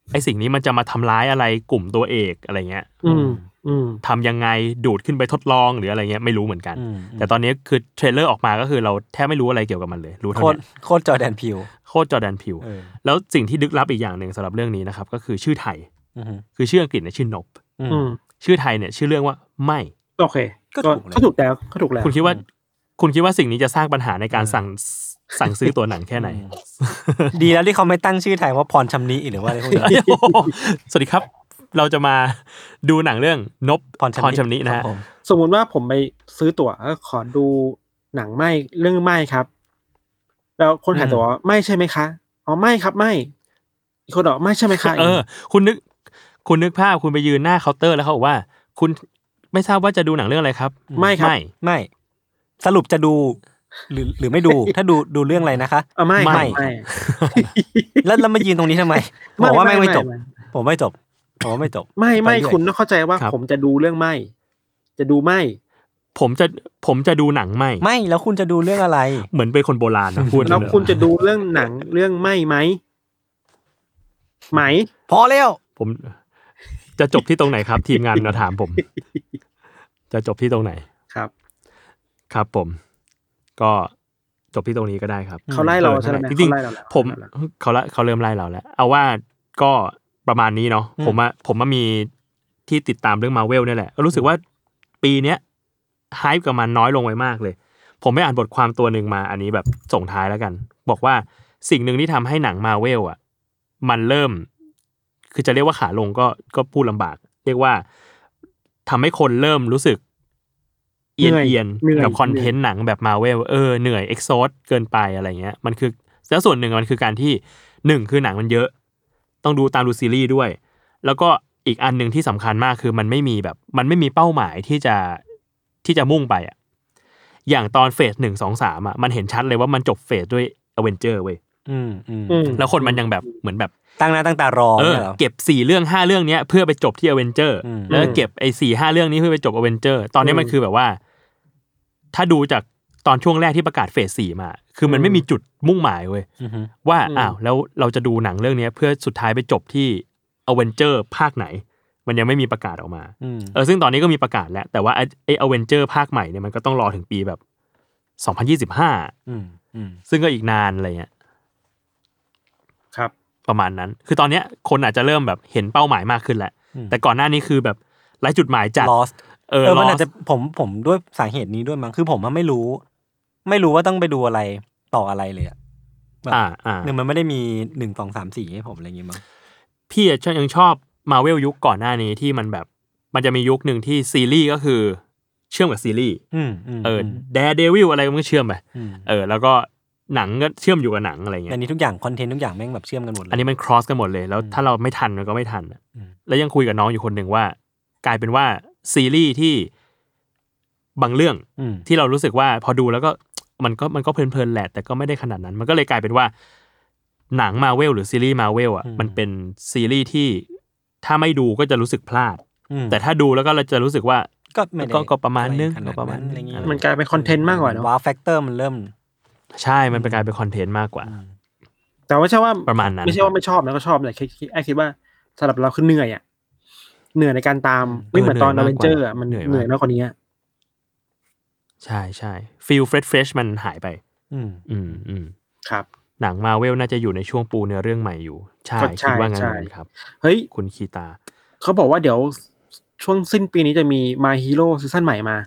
S7: ไอสิ่งนี้มันจะมาทำร้ายอะไรกลุ่มตัวเอกอะไรเงี้ย
S6: อืมอืม
S7: ทำยังไงดูดขึ้นไปทดลองหรืออะไรเงี้ยไม่รู้เหมือนกันแต่ตอนนี้คือเทรลเลอร์ออกมาก็คือเราแทบไม่รู้อะไรเกี่ยวกับมันเลยรู้เท่านี้
S5: โคตรจอร์แดนพิว
S7: โคตรจอร์แดนพิวแล้วสิ่งที่ลึกลับอีกอย่างหนึ่งสำหรับเรื่องนี้นะครับก็คือชื่อไทยคือชื่ออังกฤษเนี่ยชื่อนบชื่อไทยเนี่ยชื่อเรื่องว่าไม่
S6: โอเคก็ถูกแล้วก็ถูกแล้ว
S7: คุณคิดว่าคุณคิดว่าสิ่งนี้จะสร้างปัญหาในการสั่งสั่งซื้อตัวหนังแค่ไหน
S5: ดีแล้วที่เขาไม่ตั้งชื่อไทยว่าพรชำนิหรือว่าอะไรพวกนี้
S7: สวัสดีครับเราจะมาดูหนังเรื่องนบพรชำนินะฮะ
S6: สมมุติว่าผมไปซื้อตั๋วขอดูหนังไม่เรื่องไม่ครับแล้วคนขายตั๋วไม่ใช่ไหมคะอ๋อไม่ครับไม่อีกคนบอกไม่ใช่ไหมคะ
S7: เออคุณนึกคุณนึกภาพคุณไปยืนหน้าเคาน์เตอร์แล้วเขาบอกว่าคุณไม่ทราบว่าจะดูหนังเรื่องอะไรครับ
S6: ไม่ครับ
S7: ไม่
S5: ไม่สรุปจะดูหรือหรือไม่ดูถ้าดูดูเรื่องอะไรนะคะ
S6: อ่ะไม่ไม่
S5: แล้วแล้วมายืนตรงนี้ทำไมบอกว่าไม่ไม่จบผมไม่จบผมไม่จบ
S6: ไม่ไม่คุณต้องเข้าใจว่าผมจะดูเรื่องไม่จะดูไม่
S7: ผมจะผมจะดูหนังไม่
S5: ไม่แล้วคุณจะดูเรื่องอะไร
S7: เหมือนเป็นคนโบราณนะพูด
S6: แล้วคุณจะดูเรื่องหนังเรื่องไม่ไหมไหม
S5: พอแล้ว
S7: ผมจะจบที่ตรงไหนครับทีมงานมาถามผมจะจบที่ตรงไหน
S6: ครับ
S7: ครับผมก็จบที่ตรงนี้ก็ได้ครับ
S6: เขาไล่เราใช่ไหม
S7: จริงๆผมเขาละเขาเริ่มไล่เราแล้วเอาว่าก็ประมาณนี้เนาะผมอะผมมามีที่ติดตามเรื่อง Marvel นี่แหละก็รู้สึกว่าปีเนี้ยไฮป์กับมันน้อยลงไปมากเลยผมไปอ่านบทความตัวนึงมาอันนี้แบบส่งท้ายแล้วกันบอกว่าสิ่งนึงที่ทำให้หนัง Marvel อ่ะมันเริ่มคือจะเรียกว่าขาลงก็ก็พูดลำบากเรียกว่าทำให้คนเริ่มรู้สึกเอียนเอียนกับคอนเทนต์หนังแบบ Marvel เออเหนื่อยเอ็กโซสเกินไปอะไรเงี้ยมันคือแล้วส่วนหนึ่งมันคือการที่หนึ่งคือหนังมันเยอะต้องดูตามดูซีรีส์ด้วยแล้วก็อีกอันนึงที่สำคัญมากคือมันไม่มีแบบมันไม่มีเป้าหมายที่จะที่จะมุ่งไปอ่ะอย่างตอนเฟสหนึ่ง สอง สามอ่ะมันเห็นชัดเลยว่ามันจบเฟสด้วยอเวนเจอร์เว้ย
S5: อืมอืม
S7: แล้วคนมันยังแบบเหมือนแบบ
S5: ตั้งหน้าตั้งตารอ
S7: เออเก็บสี่เรื่องห้าเรื่องเนี้ยเพื่อไปจบที่อเวนเจอร์แล้วเก็บไอ้สี่ ห้าเรื่องนี้เพื่อไปจบอเวนเจอร์ตอนนี้มันคือแบบว่าถ้าดูจากตอนช่วงแรกที่ประกาศเฟสสี่มาคือมันไม่มีจุดมุ่งหมายเว้ยว่าอ้าวแล้วเราจะดูหนังเรื่องนี้เพื่อสุดท้ายไปจบที่อเวนเจอร์ภาคไหนมันยังไม่มีประกาศออกมาเออซึ่งตอนนี้ก็มีประกาศแล้วแต่ว่าไอ้อเวนเจอร์ภาคใหม่เนี่ยมันก็ต้องรอถึงปีแบบสองพันยี่สิบห้าอืมอืมซึ่งก็อีกนานอะไรเงี้ย
S6: ครับ
S7: ประมาณนั้นคือตอนเนี้ยคนอาจจะเริ่มแบบเห็นเป้าหมายมากขึ้นแล้วแต่ก่อนหน้านี้คือแบบไร้จุดหมายจัด
S5: lost เออมันอาจจะผมผมด้วยสาเหตุนี้ด้วยมั้งคือผมมันไม่รู้ไม่รู้ว่าต้องไปดูอะไรต่ออะไรเลยอ่ะ
S7: อ่าอ่า
S5: หนึ่งมันไม่ได้มีหนึ่ง สอง สาม สี่ให้ผมอะไรอย่างงี้มั้ง
S7: พี่ยังชอบ Marvel ยุคก่อนหน้านี้ที่มันแบบมันจะมียุคนึงที่ซีรีส์ก็คือเชื่อมกับซีรีส์เออ Daredevil อะไรมันก็เชื่อมไปเออแล้วก็หนังก็เชื่อมอยู่กับหนังอะไรเงี้ย
S5: อันนี้ทุกอย่างคอนเทนต์ทุกอย่างแม่งแบบเชื่อมกันหมดเลย
S7: อันนี้มัน cross กันหมดเลยแล้วถ้าเราไม่ทันมันก็ไม่ทันแล้วยังคุยกับน้องอยู่คนนึงว่ากลายเป็นว่าซีรีส์ที่บางเรื่องที่เรารู้สึกว่าพอดูแล้วก็มันก็มันก็เพลินๆแหละแต่ก็ไม่ได้ขนาดนั้นมันก็เลยกลายเป็นว่าหนัง Marvel หรือซีรีส์ Marvel อ่ะมันเป็นซีรีส์ที่ถ้าไม่ดูก็จะรู้สึกพลาดแต่ถ้าดูแล้วก็เราจะรู้สึกว่าก็ก็ประมาณนึงก็ประมาณ
S6: มันกลายเป็นคอนเทนต์มากกว่าเนาะ
S5: ว้าวแฟกเตอร์มันเริ่ม
S7: ใช่มันเป็นกลายเป็นคอนเทนต์มากกว่า
S6: แต่ว่าใช่ว่า
S7: ประมาณนั้น
S6: ไม่ใช่ว่าไม่ชอบนะก็ชอบแต่คิดไอ้คิดว่าสำหรับเราคือเหนื่อยอ่ะเหนื่อยในการตามไม่เหมือนตอนอเวนเจอร์อ่ะมันเหนื่อยมากกว่านี้
S7: ใช่ใช่ฟีลเฟรชเฟรชมันหายไปอืมอืมอืม
S6: ครับ
S7: หนังมาเวลน่าจะอยู่ในช่วงปูเนื้อเรื่องใหม่อยู่ใช่คิดว่างั้นครับ
S6: เฮ้ย
S7: คุณคีตา
S6: เขาบอกว่าเดี๋ยวช่วงสิ้นปีนี้จะมี My Hero ซีซั่นใหม่มา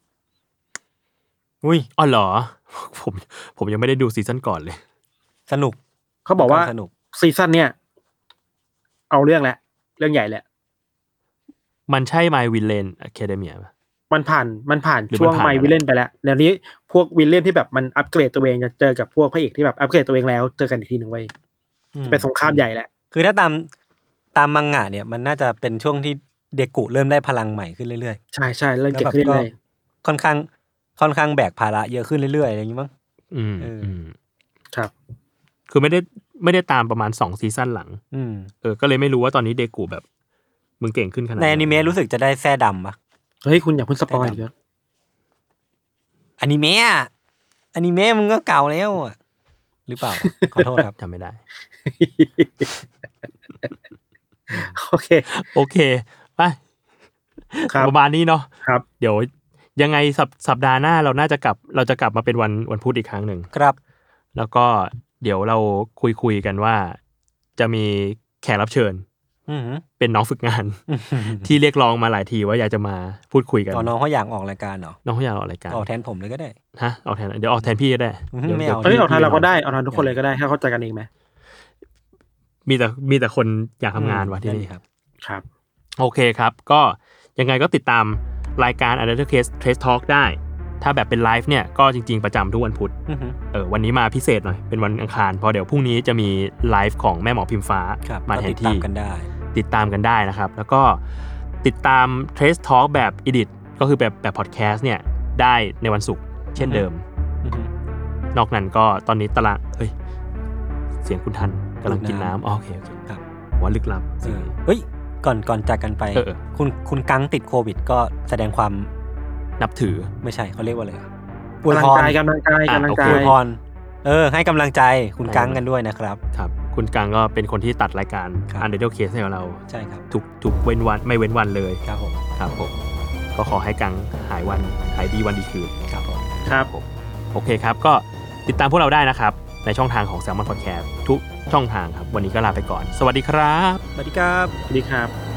S5: อุ้ย
S7: อ๋อเหรอผมผมยังไม่ได้ดูซีซั่นก่อนเลย
S5: สนุก
S6: เขาบอกว่าซีซั่นเนี้ยเอาเรื่องแหละเรื่องใหญ่แหละ
S7: มันใช่ My Villain Academia ป่ะ
S6: มันผ่านมันผ่านช่วง My Villain ไปแล้วแล้วนี้พวกวิลเลียนที่แบบมันอัปเกรดตัวเองจะเจอกับพวกพระเอกที่แบบอัปเกรดตัวเองแล้วเจอกันอีกทีนึงเว้ยเป็นสงครามใหญ่แหละ
S5: คือถ้าตามตามมังงะเนี่ยมันน่าจะเป็นช่วงที่เดกุเริ่มได้พลังใหม่ขึ้นเรื่อย
S6: ๆใช่ๆเริ่มเก็บขึ้นเรื่อย
S5: ๆค่อนข้างค่อนข้างแบกภาระเยอะขึ้นเรื่อยๆอะไรอย่างงี้มั้ง
S7: อืม
S6: ครับ
S7: คือไม่ได้ไม่ได้ตามประมาณสองซีซั่นหลังเออก็เลยไม่รู้ว่าตอนนี้เดกุแบบมึงเก่งขึ้นขนาดไหน
S5: ในอนิเมะรู้สึกจะได้แซ่ดำป่ะ
S6: เฮ้ยคุณอย่าเพิ่งสปอยล์เยอะ
S5: อนิเมะอนิเมะมึงก็เก่าแล้วหรือเปล่าขอโทษครับ
S7: จำไม่ได้
S6: โอเค
S7: โอเคไปประมาณนี้เนาะ
S6: ครับ
S7: เดี๋ยวยังไงสัปสัปดาห์หน้าเราน่าจะกลับเราจะกลับมาเป็นวันวันพุธอีกครั้งหนึ่ง
S5: ครับ
S7: แล้วก็เดี๋ยวเราคุยคุยกันว่าจะมีแขกรับเชิญเป็นน้องฝึกงานที่เรียกร้องมาหลายทีว่าอยากจะมาพูดคุยกัน
S5: น้องเขาอยากออกรายการเหรอ
S7: น้องเขาอยากออกรายการ
S5: ออกแทนผมเลยก็ได้
S7: ฮะออกแทนเดี๋ยวออกแทนพี่ก็ได้
S5: ไม่เอา
S6: เอ้ยออกแทนเราก็ได้ออกแทนทุกคนเลยก็ได้ถ้าเข้าใจกันเองไหม
S7: มีแต่มีแต่คนอยากทำงานว่ะที่นี่
S5: ครับ
S6: ครับ
S7: โอเคครับก็ยังไงก็ติดตามรายการ Untitled Case Trace Talk ได้ถ้าแบบเป็นไลฟ์เนี่ยก็จริงๆประจำทุกวันพุธเออวันนี้มาพิเศษหน่อยเป็นวันอังคารเพราะเดี๋ยวพรุ่งนี้จะมีไลฟ์ของแม่หมอพิมฟ้ามาแทนที่
S5: ติดตามกันได้
S7: ติดตามกันได้นะครับแล้วก็ติดตาม Trace Talk แบบ Edit ก็คือแบบแบบพอดแคสต์เนี่ยได้ในวันศุกร์เช่นเดิมนอกนั้นก็ตอนนี้ตารางเฮ้ยเสียงคุณทันกำลังกินน้ำโอเคโอเค
S5: ครับ
S7: ว่าลึกลับ
S5: เฮ้ยก่อนก่อนจากกันไปคุณคุณกังติดโควิดก็แสดงความ
S7: นับถือ
S5: ไม่ใช่เขาเรียกว่าอะไร
S6: กำลังใจกำลังใจกำลังใจ
S5: อวยพรเออให้กำลังใจคุณกังกันด้วยนะครับ
S7: ครับคุณกังก็เป็นคนที่ตัดรายการ Untitled Case ให้เรา
S5: ใช่ครับ
S7: ทุกทุกเว้นวันไม่เว้นวันเลย
S5: ครับผม
S7: ครับผมก็ขอให้กังหายวันหายดีวันดีคืน
S5: ครับผม
S6: ครับ
S7: ผมโอเคครับก็ติดตามพวกเราได้นะครับในช่องทางของ Salmon Podcast ทุกช่องทางครับวันนี้ก็ลาไปก่อนสวัสดีครับ
S5: สวัสดีครับ
S6: สวัสดีครับ